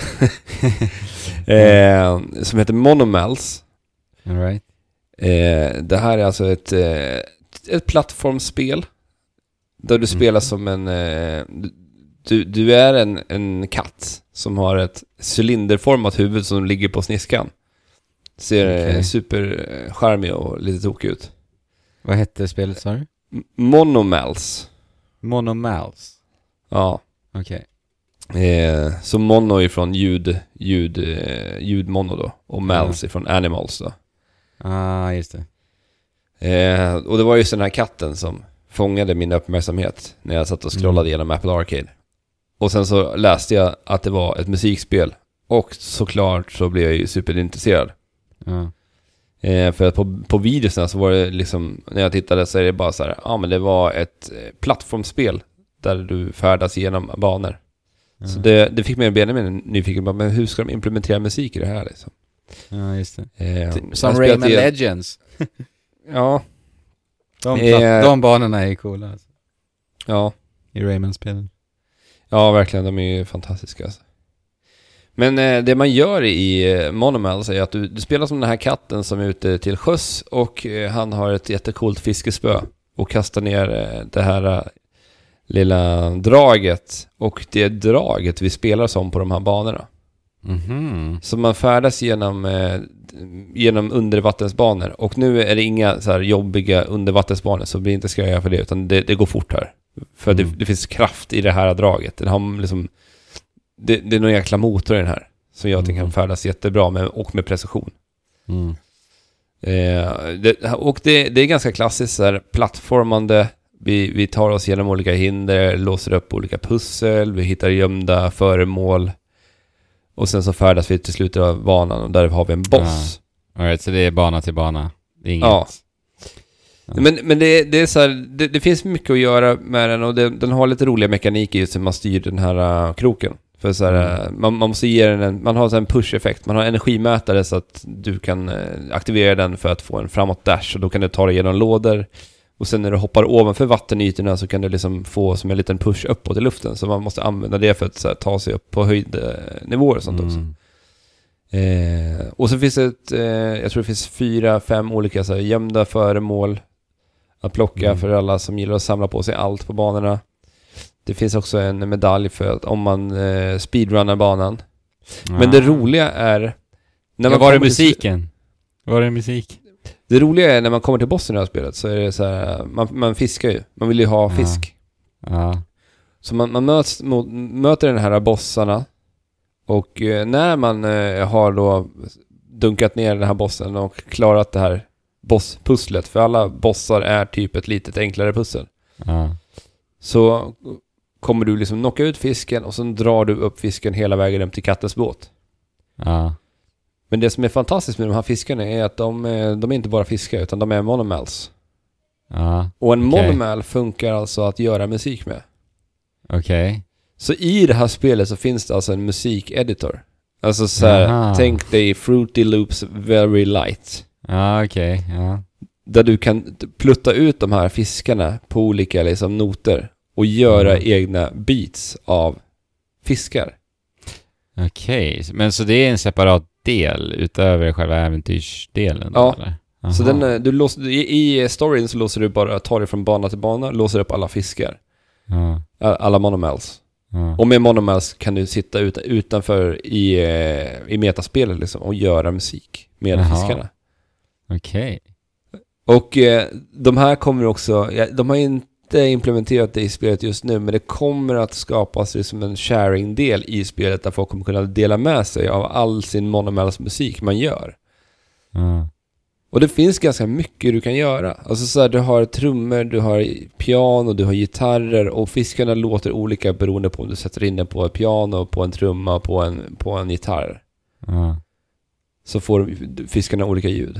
eh, som heter Monomals. All right. Eh, det här är alltså ett, eh, ett plattformsspel. Där du spelar som en... Eh, du, du är en, en katt som har ett cylinderformat huvud som ligger på sniskan. Ser Okej. supercharmig och lite tokig ut. Vad hette spelet, sa du? M- Monomals. Monomals. Ja. Okej. Eh, så mono ifrån ljud, ljud, eh, ljudmono då. Och mals ifrån animals då. Ah, just det. Eh, och det var just den här katten som fångade min uppmärksamhet när jag satt och scrollade Mm. igenom Apple Arcade. Och sen så läste jag att det var ett musikspel. Och såklart så blev jag ju superintresserad. Ja. Eh, för att på, på videorna så var det liksom, när jag tittade så är det bara så här, ja men det var ett eh, plattformsspel där du färdas genom banor. Ja. Så det, det fick mig att bli ännu mer nyfiken på, men hur ska de implementera musik i det här liksom? Ja, just det. Eh, Som jag har Rayman spelat igen- Legends. Ja, De, Eh. de banorna är coola alltså. ja. I Rayman-spelen. Ja, verkligen. De är ju fantastiska. Alltså. Men eh, det man gör i eh, Monomals är att du, du spelar som den här katten som är ute till sjöss och eh, han har ett jättecoolt fiskespö och kastar ner eh, det här eh, lilla draget, och det är draget vi spelar som på de här banorna. Mhm. Så man färdas genom, eh, genom undervattensbanor, och nu är det inga så här jobbiga undervattensbanor, så blir inte skröja för det, utan det, det går fort här. För Mm. det, det finns kraft i det här draget. Den har liksom, det, det är någon jäkla motor i den här som gör att den Mm. kan färdas jättebra med, och med precision. Mm. Eh, det, och det, det är ganska klassiskt så här, plattformande. Vi, vi tar oss genom olika hinder, låser upp olika pussel, vi hittar gömda föremål. Och sen så färdas vi till slutet av banan och där har vi en boss. All right, så det är bana till bana. Det är inget. Ja. Ja. Men, men det, det är så här, det, det finns mycket att göra med den, och det, den har lite roliga mekaniker just hur man styr den här uh, kroken. För så här, Mm. uh, man, man måste ge den en, man har så här en push-effekt. Man har energimätare så att du kan uh, aktivera den för att få en framåt dash, och då kan du ta dig genom lådor. Och sen när du hoppar ovanför vattenytorna så kan du liksom få som en liten push uppåt i luften. Så man måste använda det för att så här, ta sig upp på höjdnivåer och sånt också. Mm. Eh, och så finns det ett, eh, jag tror det finns fyra, fem olika så här, gömda föremål att plocka Mm. för alla som gillar att samla på sig allt på banorna. Det finns också en medalj för att om man eh, speedrunnar banan. Men det roliga är när Ja, man var det kommer till- musiken? Var det musik? Det roliga är när man kommer till bossen i det här spelet så är det så här, man, man fiskar ju. Man vill ju ha Ja. fisk. Ja. Så man, man möts mot, möter den här bossarna, och eh, när man eh, har då dunkat ner den här bossen och klarat det här bosspusslet, för alla bossar är typ ett litet enklare pussel, Ja. så kommer du liksom knocka ut fisken och sen drar du upp fisken hela vägen upp till kattens båt. Ja. Men det som är fantastiskt med de här fiskarna är att de, är- de är inte bara fiskar, utan de är monomals. Ja. Och en Okej. monomal funkar alltså att göra musik med. Okej. Så i det här spelet så finns det alltså en musikeditor. Alltså så här, Aha. tänk dig Fruity Loops Very Light. Ja, okej. Okay. Ja. Där du kan plutta ut de här fiskarna på olika liksom, noter och göra Mm. egna beats av fiskar. Okej, okay. Men så det är en separat del utöver själva äventyrsdelen? Ja. Då, eller? Så Aha. den, du låser, i, i storyn så låser du bara, tar det från bana till bana, låser upp alla fiskar. Ja. Alla monomals. Ja. Och med monomals kan du sitta ut, utanför i, eh, i metaspelet liksom, och göra musik med Jaha. fiskarna. Okej. Och eh, de här kommer också, ja, de har inte implementerat det i spelet just nu, men det kommer att skapas liksom en sharing-del i spelet där folk kommer kunna dela med sig av all sin monomals musik man gör. Ja. Och det finns ganska mycket du kan göra. Alltså så här, du har trummor, du har piano, du har gitarrer och fiskarna låter olika beroende på om du sätter in den på ett piano, på en trumma, på en, på en gitarr. Ja. Så får fiskarna olika ljud.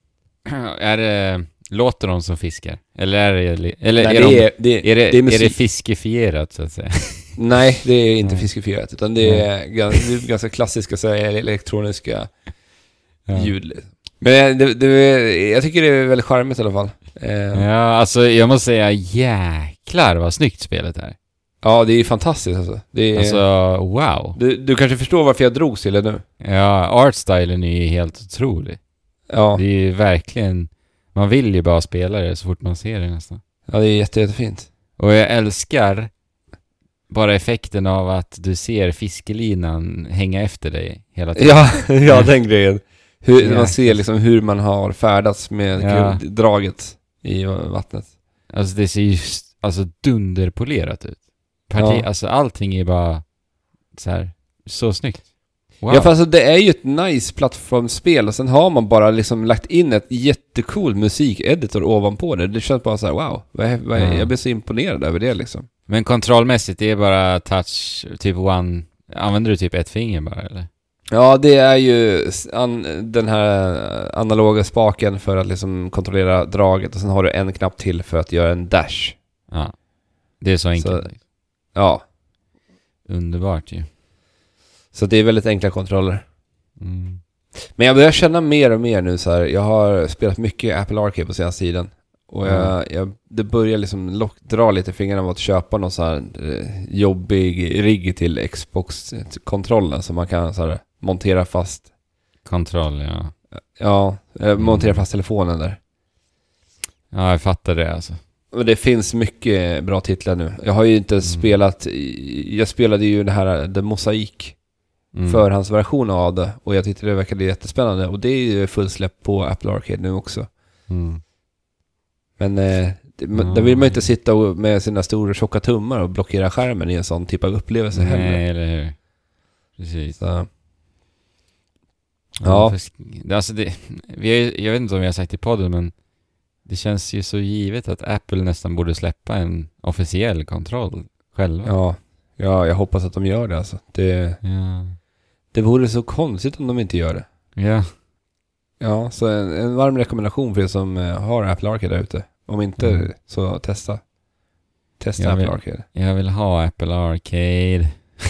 Är det, låter de som fiskar? Eller är det, eller Nej, är, det, de, är, det, är, det, det är är musik. det fiskifierat så att säga? Nej, det är inte Nej. fiskefierat, utan det är ganska, det är ganska klassiska så här, elektroniska Ja. ljud. Men det, det, jag tycker det är väldigt charmigt i alla fall. Eh, ja. Ja, alltså jag måste säga jäklar vad snyggt spelet är. ja, det är fantastiskt alltså. Det är, Alltså, wow. du, du kanske förstår varför jag drogs till det nu. Ja, artstylen är ju helt otrolig. Ja, Det är ju verkligen, man vill ju bara spela det så fort man ser det nästan. ja det är jätte, jättefint. Och jag älskar bara effekten av att du ser fiskelinan hänga efter dig hela tiden. Ja, ja den grejen. Hur, Ja. man ser liksom hur man har färdats med Ja. draget i vattnet. Alltså det ser ju alltså dunderpolerat ut. Parti, Ja. Alltså allting är bara så här, så snyggt. Wow. Ja, för alltså det är ju ett nice plattformsspel och sen har man bara liksom lagt in ett jättecool musikeditor ovanpå det. Det känns bara så här, wow, vad är, vad är, Ja. jag blir så imponerad över det liksom. Men kontrollmässigt, det är bara touch, typ one. Använder du typ ett finger bara, eller? Ja, det är ju an, den här analoga spaken för att liksom kontrollera draget och sen har du en knapp till för att göra en dash. Ja. Det är så enkelt. Så- Ja, Underbart ju. så det är väldigt enkla kontroller. Mm. Men jag börjar känna mer och mer nu så här. Jag har spelat mycket Apple Arcade på senaste tiden. Och jag, jag, det börjar liksom lock, dra lite fingrarna mot att köpa någon så här eh, jobbig rigg till Xbox-kontrollen som man kan så här montera fast. Kontroll, ja. Ja, eh, montera Mm. fast telefonen där. Ja, jag fattar det alltså. Och det finns mycket bra titlar nu. Jag har ju inte Mm. spelat, jag spelade ju det här The Mosaic Mm. förhandsversion av det. Och jag tyckte det verkade jättespännande. Och det är ju fullsläpp på Apple Arcade nu också. Mm. Men eh, det, Mm. där vill man ju inte sitta och, med sina stora tjocka tummar och blockera skärmen i en sån typ av upplevelse heller. Nej, eller hur? Precis. Så, Ja. Ja. För, alltså det, vi har, ju- jag vet inte om jag har sagt i podden, men det känns ju så givet att Apple nästan borde släppa en officiell kontroll själva. ja, ja, jag hoppas att de gör det alltså. Det, Ja. det vore så konstigt om de inte gör det. Ja. Ja, så en, en varm rekommendation för er som eh, har Apple Arcade där ute. Om inte, Mm. så testa. Testa Jag Apple vill- Arcade. Jag vill ha Apple Arcade.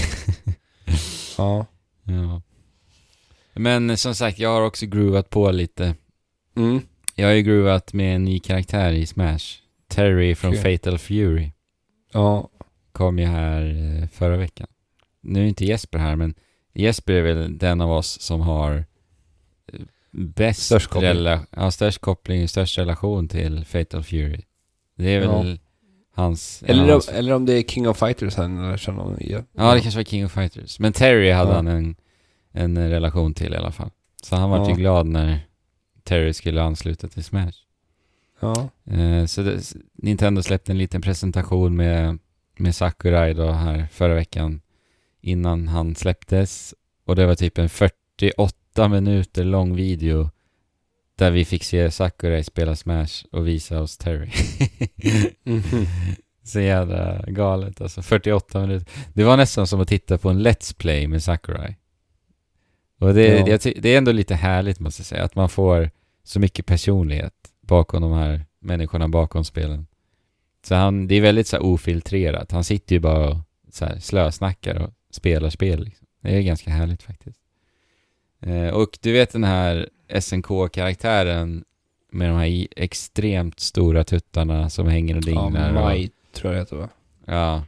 Ja. Ja. Men som sagt, jag har också groovat på lite. Mm. Jag har ju groovat med en ny karaktär i Smash. Terry från Okej. Fatal Fury. Ja. Kom ju här eh, förra veckan. Nu är inte Jesper här, men Jesper är väl den av oss som har eh, bäst Störst koppling. rela- ja, störst koppling, störst relation till Fatal Fury. Det är väl Ja. hans... Eller, ja, hans eller om det är King of Fighters han eller känner någon i. ja, det kanske var King of Fighters. Men Terry hade Ja. han en, en relation till i alla fall. Så han var Ja. ju glad när Terry skulle ansluta till Smash. Ja. Eh, så det, Nintendo släppte en liten presentation med, med Sakurai då här förra veckan innan han släpptes. Och det var typ en fyrtioåtta minuter lång video där vi fick se Sakurai spela Smash och visa oss Terry. Mhm. Så jävla galet alltså. fyrtioåtta minuter. Det var nästan som att titta på en Let's Play med Sakurai. Och det, Ja. det, det är ändå lite härligt måste jag säga. Att man får så mycket personlighet bakom de här människorna bakom spelen. Så han, det är väldigt så här ofiltrerat. Han sitter ju bara och så här slösnackar och spelar spel. Liksom. Det är ganska härligt faktiskt. Eh, och du vet den här S N K-karaktären med de här extremt stora tuttarna som hänger och dinglar. Ja, Maj tror jag det var. Ja.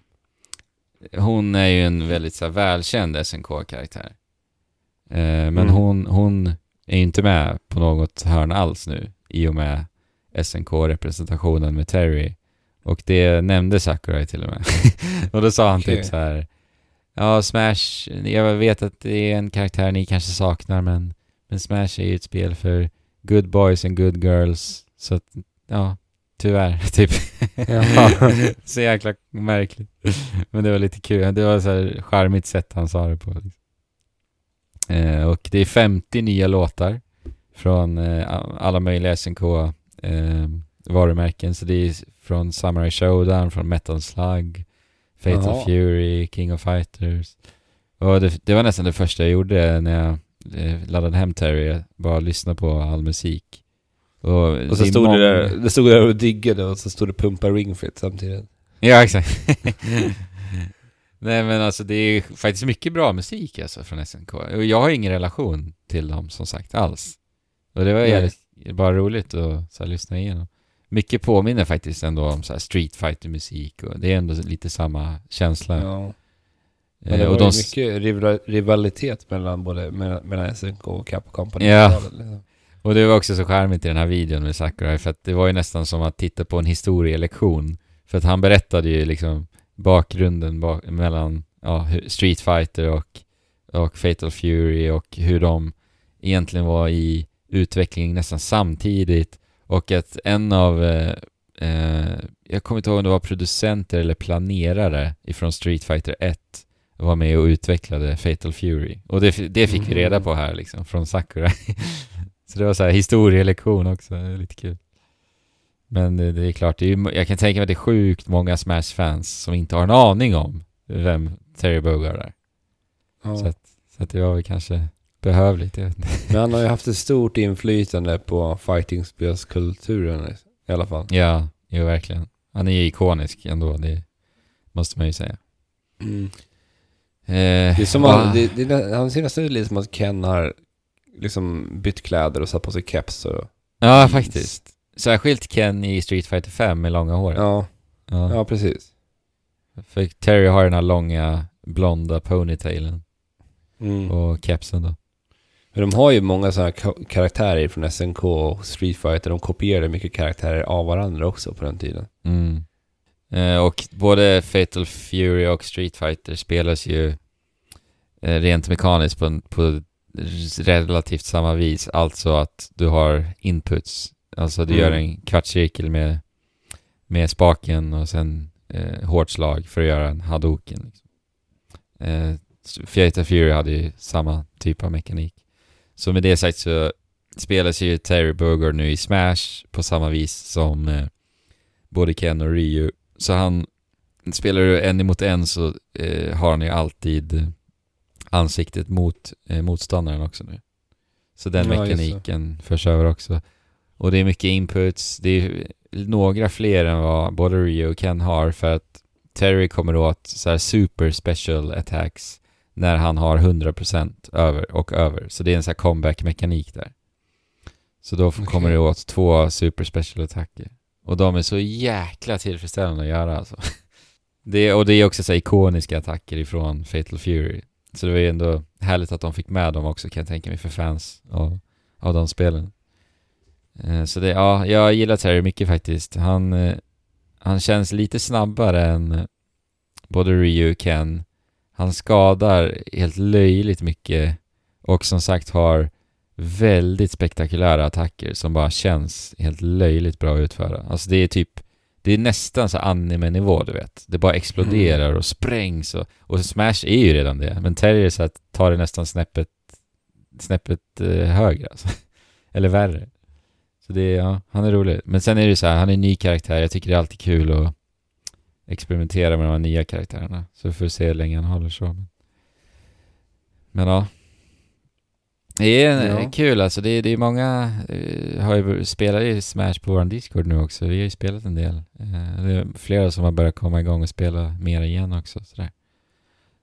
Hon är ju en väldigt så här, välkänd S N K-karaktär. Eh, men Mm. hon, hon är ju inte med på något hörn alls nu i och med S N K-representationen med Terry. Och det nämnde Sakurai till och med. Och då sa han Okej. typ så här: ja, Smash, jag vet att det är en karaktär ni kanske saknar, men, men Smash är ju ett spel för good boys and good girls. Så att, ja, tyvärr, typ. Jaha. Så jäkla märkligt. Men det var lite kul. Det var så här charmigt sätt han sa det på. Liksom. Eh, och det är femtio nya låtar från eh, alla möjliga S N K eh, varumärken. Så det är från Samurai Showdown, från Metal Slug, Fatal Jaha. Fury, King of Fighters. Och det, det var nästan det första jag gjorde när jag eh, laddade hem Terry. Bara lyssna på all musik. Och, Och så det är stod många- det där, det stod där och diggade och så stod det pumpa Ring Fit samtidigt. Ja, exakt. Nej, men alltså det är faktiskt mycket bra musik alltså från S N K. Och jag har ingen relation till dem som sagt alls. Och det var Nej. jävligt, bara roligt att så här, lyssna igenom. Mycket påminner faktiskt ändå om så här, Street Fighter musik och det är ändå lite samma känsla. Ja. Men Eh, det och var de, ju mycket rival- rivalitet mellan både mellan, mellan S N K och Capcom Company. Ja. Liksom. och det var också så charmigt i den här videon med Sakurai, för att det var ju nästan som att titta på en historielektion. För att han berättade ju liksom bakgrunden bak- mellan ja, hu- Street Fighter och, och Fatal Fury och hur de egentligen var i utveckling nästan samtidigt. Och att en av, eh, eh, jag kommer inte ihåg om det var producenter eller planerare ifrån Street Fighter ett var med och utvecklade Fatal Fury. Och det, det fick vi reda på här liksom, från Sakurai. Så det var så här historielektion också, det är lite kul. Men det, det är klart, det är ju, jag kan tänka mig att det är sjukt många Smash-fans som inte har en aning om vem Terry Bogard är. Ja. Så, att, så att det var väl kanske behövligt, jag vet inte. Men han har ju haft ett stort inflytande på fightingspelskulturen i alla fall. Ja, jo verkligen. Han är ju ikonisk ändå, det måste man ju säga. Mm. Eh, Det är som va- han, det, det, han ser nästan ut lite som att Ken har liksom bytt kläder och satt på sig keps och, Ja, faktiskt. Särskilt Ken i Street Fighter fem med långa hår. ja, Ja. ja precis. För Terry har den här långa blonda ponytailen Mm. och kepsen då. Men de har ju många sådana ka- karaktärer från S N K och Street Fighter. De kopierade mycket karaktärer av varandra också på den tiden. Mm. Eh, och både Fatal Fury och Street Fighter spelas ju eh, rent mekaniskt på, på relativt samma vis. Alltså att du har inputs. Alltså du Mm. gör en kvartscirkel med, med spaken och sen eh, hårt slag för att göra en Hadouken. Liksom. Eh, Fatal Fury hade ju samma typ av mekanik. Så med det sagt så spelas ju Terry Bogard nu i Smash på samma vis som eh, både Ken och Ryu. Så han spelar du en emot en så eh, har han ju alltid eh, ansiktet mot eh, motståndaren också nu. Så den Ja, just det. mekaniken förs över också. Och det är mycket inputs. Det är några fler än vad både Ryu och Ken har, för att Terry kommer åt så här super special attacks när han har hundra procent över och över. Så det är en sån här comeback-mekanik där. Så då Okej. kommer det åt två super special attacker. Och de är så jäkla tillfredsställande att göra alltså. Det, och det är också så här ikoniska attacker ifrån Fatal Fury. Så det var ju ändå härligt att de fick med dem också, kan jag tänka mig, för fans av, av de spelen. Eh, så det, ja, jag gillar Terry mycket faktiskt. Han, eh, han känns lite snabbare än eh, både Ryu och Ken. Han skadar helt löjligt mycket och som sagt har väldigt spektakulära attacker som bara känns helt löjligt bra att utföra. Alltså det är typ, det är nästan så anime-nivå, du vet. Det bara exploderar och sprängs och, och Smash är ju redan det. Men Terry är så att tar det nästan snäppet snäppet eh, högre alltså. Eller värre. Så det är, ja, han är rolig. Men sen är det så här, han är en ny karaktär. Jag tycker det är alltid kul att experimentera med de här nya karaktärerna. Så vi får se hur länge han håller så. Men ja. Det är Ja. kul alltså. Det är, det är många uh, har ju spelat i Smash på vår Discord nu också. Vi har ju spelat en del. Uh, det är flera som har börjat komma igång och spela mer igen också. Sådär.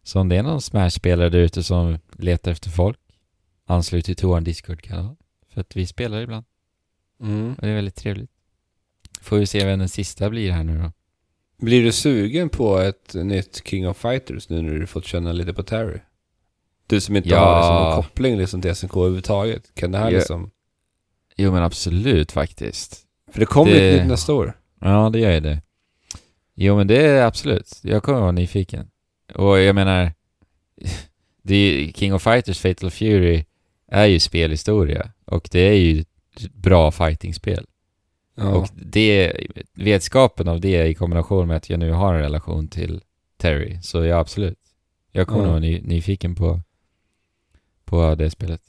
Så om det är någon Smash-spelare där ute som letar efter folk, anslut till vår Discord-kanal. För att vi spelar ibland. Mm. Och det är väldigt trevligt. Får vi se vem den sista blir här nu då. Blir du sugen på ett nytt King of Fighters nu när du fått känna lite på Terry? Du som inte Ja. har liksom någon koppling liksom till S N K överhuvudtaget. Kan det här Ja. liksom... Jo men absolut faktiskt. För det kommer Det- ett nytt nästa år. Ja, det gör ju det. Jo, men det är absolut. Jag kommer vara nyfiken. Och jag menar, det är King of Fighters Fatal Fury är ju spelhistoria. Och det är ju ett bra fightingspel. Ja. Och det, vetskapen av det i kombination med att jag nu har en relation till Terry. Så ja, absolut. Jag kommer Ja. nog vara ny, nyfiken på, på det spelet.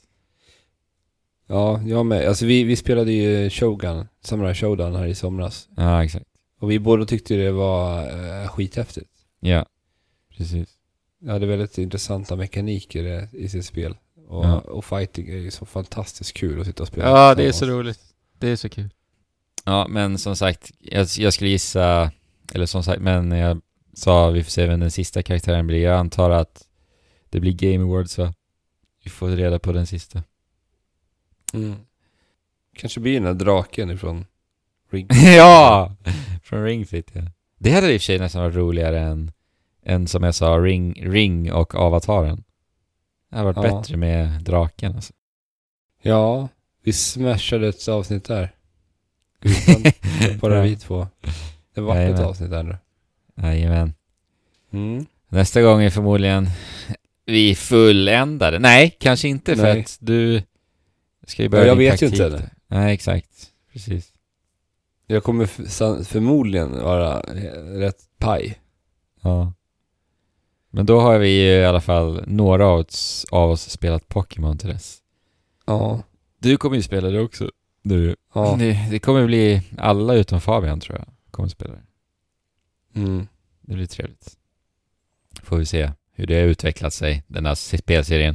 Ja, jag med. Alltså vi, vi spelade ju Shogun, Samurai Shodown här i somras. Ja, exakt. Och vi båda tyckte det var äh, skithäftigt. Ja, precis. Det hade väldigt intressanta mekaniker i, i sitt spel. Och, Ja. och fighting är ju så fantastiskt kul att sitta och spela. Ja, det är så tillsammans. roligt. Det är så kul. Ja, men som sagt, jag, jag skulle gissa, eller som sagt, men jag sa vi får se vem den sista karaktären blir. Jag antar att det blir Game Awards, va? Vi får reda på den sista. Mm. Kanske blir den här draken ifrån Ring. Ja! Från Ring Fit, ja. Det hade i och för sig nästan varit roligare än, än som jag sa, Ring, Ring och Avataren. Det hade varit Ja. bättre med draken, alltså. Ja, vi smashade ett avsnitt där. Utan bara Ja. vi två. Det var ett Jajamän. avsnitt där nu. Jajamän. Mm. Nästa gång är förmodligen vi fulländade. Nej, kanske inte för Nej. att du ska ju börja Ja, jag din vet ju praktik inte där. det. Nej, exakt. Precis. Jag kommer f- san- förmodligen vara eh, rätt paj. Ja. Men då har vi ju i alla fall några av oss, av oss spelat Pokémon till dess. Ja. Du kommer ju spela det också. Du. Ja. Det, det kommer bli alla utom Fabian, tror jag, kommer spela det. Mm. Det blir trevligt. Får vi se hur det har utvecklat sig, den här spelserien.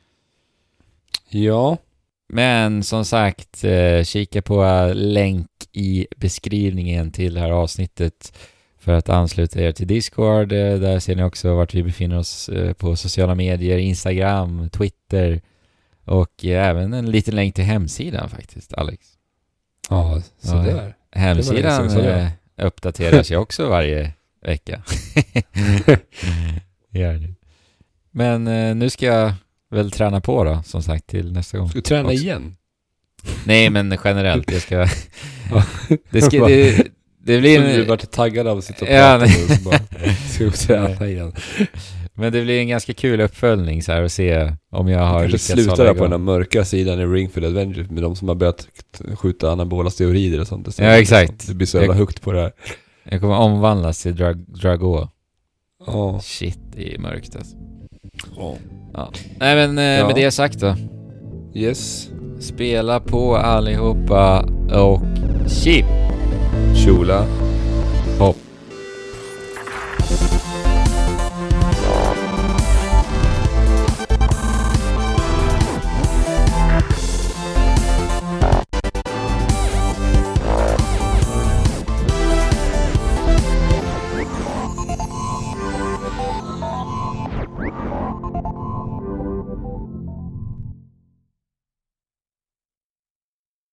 Ja. Men som sagt, eh, kika på länk i beskrivningen till det här avsnittet för att ansluta er till Discord. Eh, där ser ni också vart vi befinner oss eh, på sociala medier, Instagram, Twitter och eh, även en liten länk till hemsidan faktiskt, Alex. Ja, sådär. Hemsidan Det var det, eh, uppdateras ju också varje vecka. Gör det. Men eh, nu ska jag väl träna på då, som sagt, till nästa gång. Ska du träna också. igen? Nej, men generellt. Jag ska... Ja. det, ska det, det blir Så du en... varit taggad av att sitta och Ja, prata nej. nu och så bara, ska du träna igen? Men det blir en ganska kul uppföljning så här, och se om jag har Kanske lyckats sluta hålla där på den igång. här mörka sidan i Ring Fit Adventure med de som har börjat skjuta anabola steroider och sånt. Ja, exakt. Det blir så jävla Jag- högt på det här. Jag kommer omvandlas till drag, Drago. Ja. Shit, det är mörkt alltså. Ja. Nej, men eh, Ja. med det sagt då. Yes. Spela på allihopa och chip. Chola. Hopp.